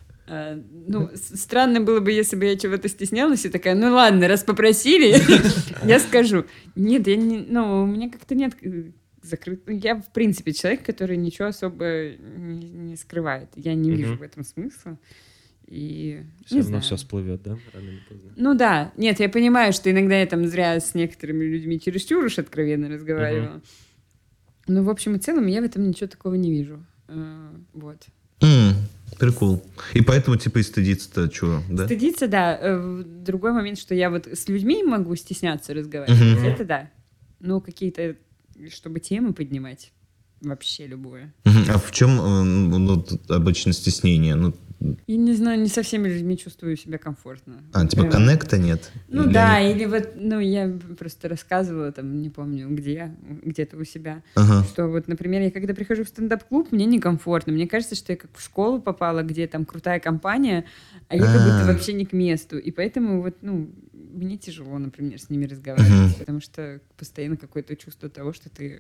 Странно было бы, если бы я чего-то стеснялась и такая, ладно, раз попросили, я скажу. Нет, у меня как-то нет закрыто. Я, в принципе, человек, который ничего особо не скрывает. Я не вижу в этом смысла. И все равно все всплывет, да? Рано или поздно. Ну да. Нет, я понимаю, что иногда я там зря с некоторыми людьми чересчур уж откровенно разговаривала. Но в общем и целом я в этом ничего такого не вижу. Вот. Прикол. И поэтому типа и стыдиться-то чего, да? Стыдиться, да. Другой момент, что я вот с людьми могу стесняться разговаривать. Это да. Но какие-то, чтобы темы поднимать, вообще любое. А в чем обычно стеснение? Я не знаю, не со всеми людьми чувствую себя комфортно. Типа коннекта нет? Или вот, я просто рассказывала, там, не помню, где-то у себя, что вот, например, я когда прихожу в стендап-клуб, мне некомфортно. Мне кажется, что я как в школу попала, где там крутая компания, а я как будто вообще не к месту. И поэтому вот, мне тяжело, например, с ними разговаривать, потому что постоянно какое-то чувство того, что ты...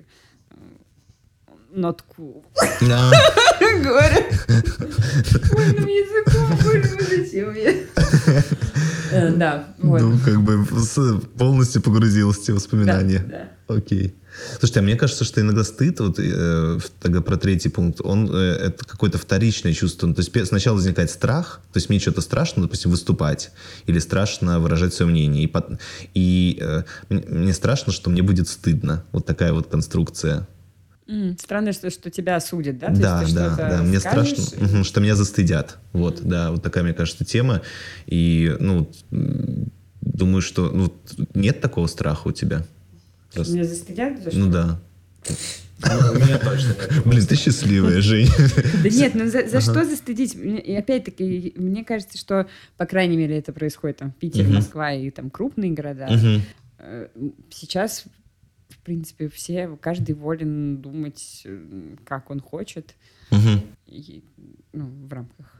not cool. Говорю. Моим языком, боже, зачем я? Да, вот. Ну, как бы полностью погрузилась в те воспоминания. Да. Окей. Слушайте, а мне кажется, что иногда стыд, вот тогда про третий пункт, он это какое-то вторичное чувство. То есть сначала возникает страх, то есть мне что-то страшно, допустим, выступать, или страшно выражать свое мнение. И мне страшно, что мне будет стыдно. Вот такая вот конструкция. Странно, что тебя осудят, да? Да. Мне страшно, что меня застыдят. Вот, да, вот такая, мне кажется, тема. И, думаю, что нет такого страха у тебя. Меня застыдят? За что? Ну да. У меня точно нет. Блин, ты счастливая, Жень. Да нет, за что застыдить? И опять-таки, мне кажется, что, по крайней мере, это происходит там в Питере, Москва и там крупные города. Сейчас, в принципе, каждый волен думать, как он хочет, и, в рамках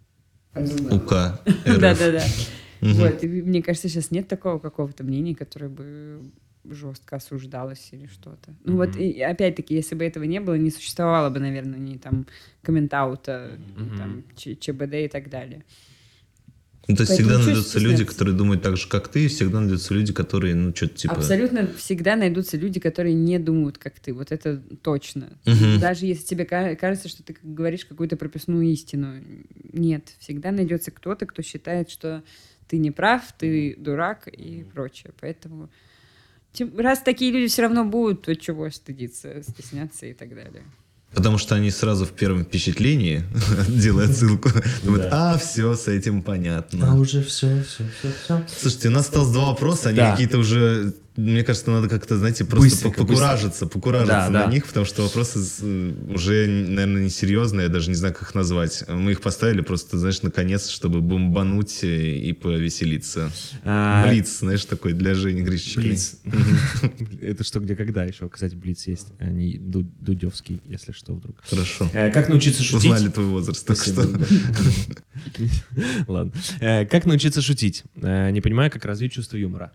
УК. Да. Вот, и мне кажется, сейчас нет такого какого-то мнения, которое бы жестко осуждалось или что-то. Вот, и опять-таки, если бы этого не было, не существовало бы, наверное, ни там коммент-аута, ни там ЧБД и так далее. То есть Поэтому всегда найдутся люди, которые думают так же, как ты, и всегда найдутся люди, которые, что-то типа... Абсолютно всегда найдутся люди, которые не думают, как ты. Вот это точно. Даже если тебе кажется, что ты говоришь какую-то прописную истину. Нет. Всегда найдется кто-то, кто считает, что ты не прав, ты дурак и прочее. Поэтому раз такие люди все равно будут, то чего стыдиться, стесняться и так далее. Потому что они сразу в первом впечатлении, делая ссылку, думают, все, с этим понятно. А уже все. Слушайте, у нас осталось 2 вопроса, они какие-то уже... Мне кажется, надо как-то, знаете, просто покуражиться на них, потому что вопросы уже, наверное, несерьезные, я даже не знаю, как их назвать. Мы их поставили просто, знаешь, наконец, чтобы бомбануть и повеселиться. Блиц, знаешь, такой для Жени Грищиной. Блиц. Это что, где, когда еще? Кстати, Блиц есть, а не Дудевский, если что, вдруг. Хорошо. Как научиться шутить? Узнали твой возраст только что. Ладно. Как научиться шутить? Не понимаю, как развить чувство юмора.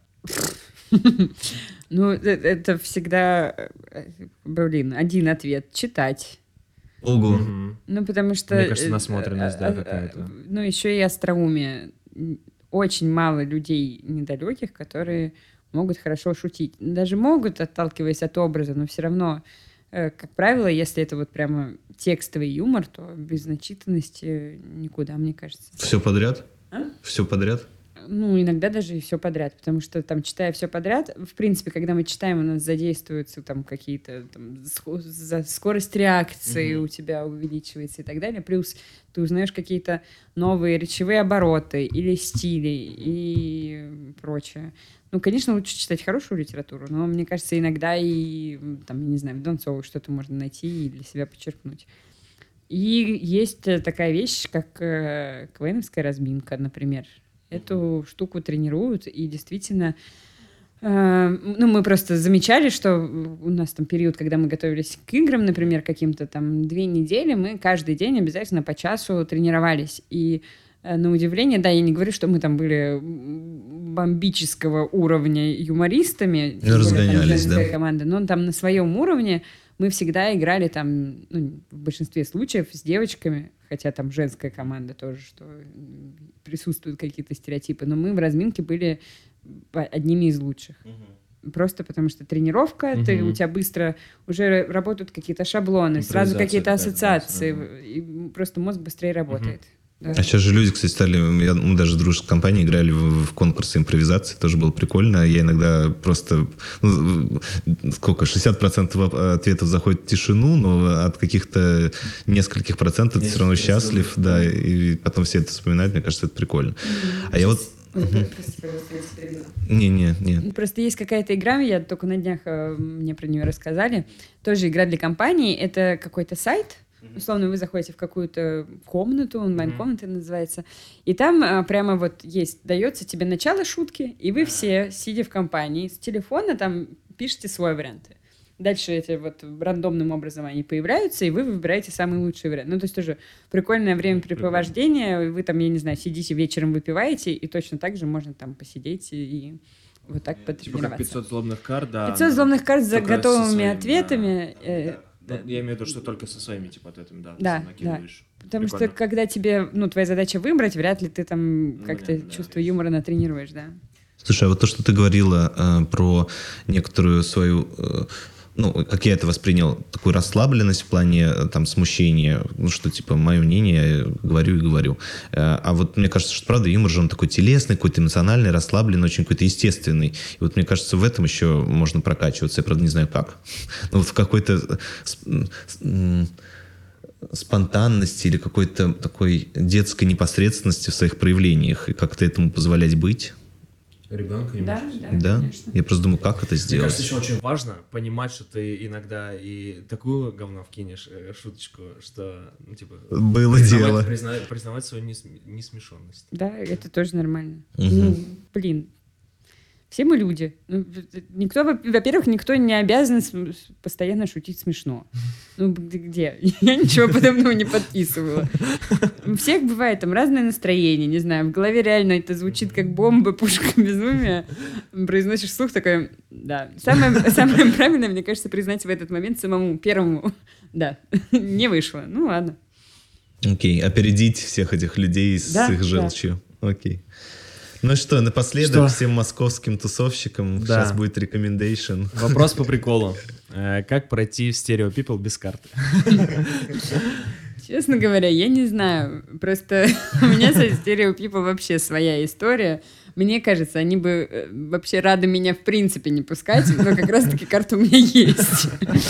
Это всегда, один ответ. Читать. Ого. Потому что... Мне кажется, насмотренность, да, какая-то. Еще и остроумие. Очень мало людей недалеких, которые могут хорошо шутить. Даже могут, отталкиваясь от образа, но все равно, как правило, если это вот прямо текстовый юмор, то без начитанности никуда, мне кажется. Все подряд? Все подряд? Иногда даже и все подряд, потому что там, читая все подряд, в принципе, когда мы читаем, у нас задействуются там какие-то скорость реакции у тебя увеличивается и так далее, плюс ты узнаешь какие-то новые речевые обороты или стили и прочее. Конечно, лучше читать хорошую литературу, но, мне кажется, иногда и, там, я не знаю, в Донцову что-то можно найти и для себя подчеркнуть. И есть такая вещь, как КВНовская разминка, например. Эту штуку тренируют, и действительно, мы просто замечали, что у нас там период, когда мы готовились к играм, например, каким-то там 2 недели, мы каждый день обязательно по часу тренировались. И на удивление, да, я не говорю, что мы там были бомбического уровня юмористами, разгонялись, да, команда, но там на своем уровне мы всегда играли там, в большинстве случаев с девочками, хотя там женская команда тоже, что присутствуют какие-то стереотипы, но мы в разминке были одними из лучших. Просто потому что тренировка, у тебя быстро уже работают какие-то шаблоны, сразу какие-то ассоциации, и просто мозг быстрее работает. Да. А сейчас же люди, кстати, стали... Мы даже в дружеской компании играли в конкурсы импровизации, тоже было прикольно. Я иногда просто... 60% ответов заходит в тишину, но от каких-то нескольких процентов ты все равно счастлив, да, и потом все это вспоминают, мне кажется, это прикольно. А я вот... Не. Просто есть какая-то игра, я только на днях мне про нее рассказали, тоже игра для компании, это какой-то сайт. Условно, вы заходите в какую-то комнату, онлайн-комната называется, и там прямо вот дается тебе начало шутки, и вы все, сидя в компании, с телефона там пишете свой вариант. Дальше эти вот рандомным образом они появляются, и вы выбираете самый лучший вариант. То есть тоже прикольное времяпрепровождение, вы там, я не знаю, сидите вечером, выпиваете, и точно так же можно там посидеть и вот так потренироваться. Типа как 500 злобных карт, да. 500 злобных карт с готовыми ответами. Да, я имею в виду, что только со своими типа ответами, да, Да, ты накидываешь. Потому Прикольно. что когда тебе, твоя задача выбрать, вряд ли ты там как-то понятно, да, чувство есть. юмора натренируешь, да. Слушай, а вот то, что ты говорила про некоторую свою, как я это воспринял, такую расслабленность в плане там смущения, что типа мое мнение, я говорю и говорю. А вот мне кажется, что правда юмор же он такой телесный, какой-то эмоциональный, расслабленный, очень какой-то естественный. И вот мне кажется, в этом еще можно прокачиваться. Я, правда, не знаю как. Но вот в какой-то спонтанности или какой-то такой детской непосредственности в своих проявлениях и как-то этому позволять быть. Ребенка не Да, можешь. Да? конечно. Я просто думаю, как это Мне сделать. кажется, еще очень важно понимать, что ты иногда и такую говно вкинешь, шуточку, что, Было дело. признавать свою несмешенность. Да, это тоже нормально. Мгм. Блин, все мы люди. Во-первых, никто не обязан постоянно шутить смешно. Где? Я ничего подобного не подписывала. У всех бывает там разное настроение, не знаю, в голове реально это звучит как бомба, пушка безумия. Произносишь вслух такое, да. Самое правильное, мне кажется, признать в этот момент самому первому. Да, не вышло. Ну ладно. Окей, опередить всех этих людей с Да, их да. желчью. Окей. Ну что, напоследок Что? всем московским тусовщикам Да. сейчас будет рекомендейшн. Вопрос по приколу. Как пройти в Stereo People без карты? Честно говоря, я не знаю. Просто у меня со Stereo People вообще своя история. Мне кажется, они бы вообще рады меня в принципе не пускать, но как раз-таки карта у меня есть.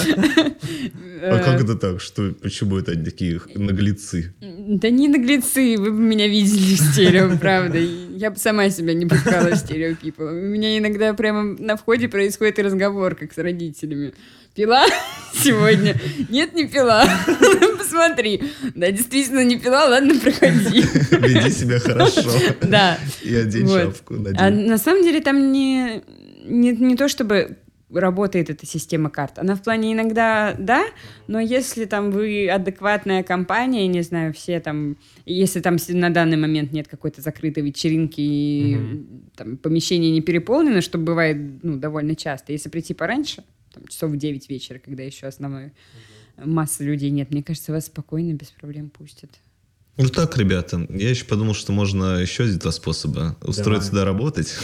А как это так? Почему это они такие наглецы? Да не наглецы, вы бы меня видели в стерео, правда. Я бы сама себя не пускала в Stereo People. У меня иногда прямо на входе происходит разговор, как с родителями. Пила сегодня? Нет, не пила. Посмотри. Да, действительно не пила, ладно, проходи. Веди себя хорошо. Да. И одень Вот. шапку. надень. А на самом деле там не то, чтобы работает эта система карт. Она в плане иногда, да, но если там вы адекватная компания, не знаю, все там, если там на данный момент нет какой-то закрытой вечеринки и там помещение не переполнено, что бывает довольно часто, если прийти пораньше, там, часов в 9 вечера, когда еще основной массы людей нет, мне кажется, вас спокойно, без проблем пустят. Ну так, ребята, я еще подумал, что можно еще 2 способа. Устроиться сюда работать.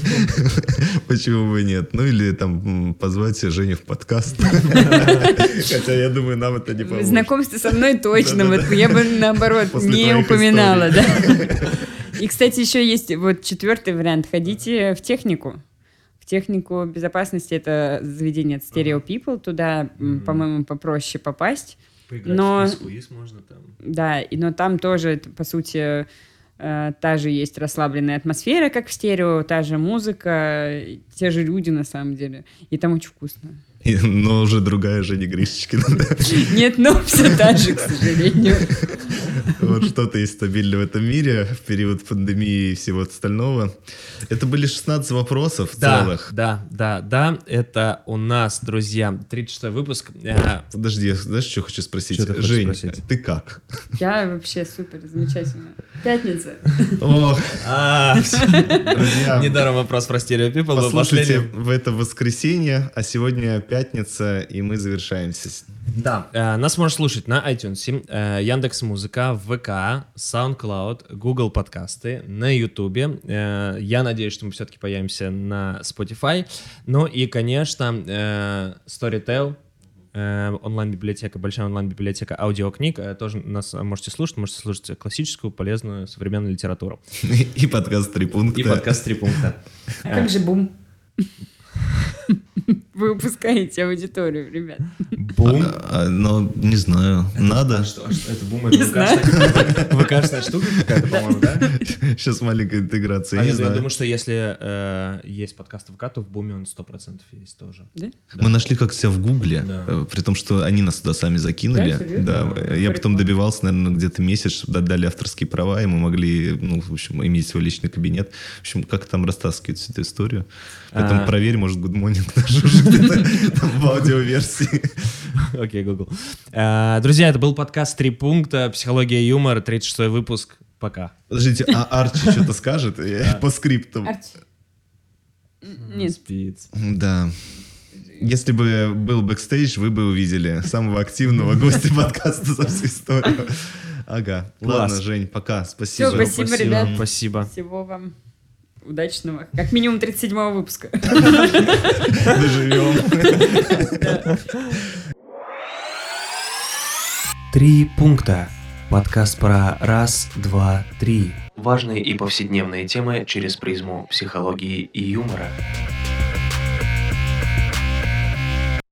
Почему бы нет? Ну или там позвать Женю в подкаст. Хотя я думаю, нам это не поможет. Знакомство со мной точно, вот я бы наоборот После не твоих упоминала, историй. да. И, кстати, еще есть вот 4-й вариант. Ходите в технику. В технику безопасности это заведение от Stereo People. Туда, по-моему, попроще попасть. Поиграть Но- в квиз можно там. Да, но там тоже, по сути, та же есть расслабленная атмосфера, как в стерео, та же музыка, те же люди на самом деле. И там очень вкусно. Но уже другая Женя Гришечкина. Нет, но все та же, к сожалению. Вот что-то есть стабильно в этом мире в период пандемии и всего остального. Это были 16 вопросов целых. Да. Это у нас, друзья, 36-й выпуск. Подожди, знаешь, что хочу спросить? Что ты хочешь Жень, спросить? ты как? Я вообще супер, замечательно. Пятница. Ох, друзья, Недаром вопрос про Stereo People был послушайте последним. в это воскресенье, а сегодня пятница, и мы завершаемся. Да, нас можешь слушать на iTunes, Яндекс.Музыка, ВК, SoundCloud, Google подкасты, на Ютубе. Я надеюсь, что мы все-таки появимся на Spotify. Ну и, конечно, Storytel, онлайн-библиотека, большая онлайн-библиотека аудиокниг. Тоже нас можете слушать классическую, полезную, современную литературу. И подкаст «Три пункта». И подкаст «Три пункта». А как же бум? Вы упускаете аудиторию, ребят. Бум. Но не знаю, надо. Что это бум? Не знаю. ВК-шная штука какая-то, по-моему, да? Сейчас маленькая интеграция, А не я знаю. думаю, что если есть подкаст ВК, то в буме он 100% есть тоже. Да? Мы нашли как себя в Гугле, Да. при том, что они нас туда сами закинули. Да, серьезно? Да, Да. я потом Прикольно. добивался, наверное, где-то месяц, чтобы дали авторские права, и мы могли, в общем, иметь свой личный кабинет. В общем, как там растаскивать всю эту историю. Поэтому проверь, может, Good Morning даже уже где-то там в аудиоверсии. Окей, Google. Друзья, это был подкаст «Три пункта», «Психология и юмор», 36-й выпуск. Пока. Подождите, а Арчи что-то скажет? Я по скриптам. Арчи. Нет. Спиц. Да. Если бы был бэкстейдж, вы бы увидели самого активного гостя подкаста за всю историю. Ага. Класс. Ладно, Жень, пока. Спасибо. Всё, спасибо, ребят. Спасибо. Всего вам удачного. Как минимум 37-го выпуска. Доживем. 3 пункта. Подкаст про раз, два, три. Важные и повседневные темы через призму психологии и юмора.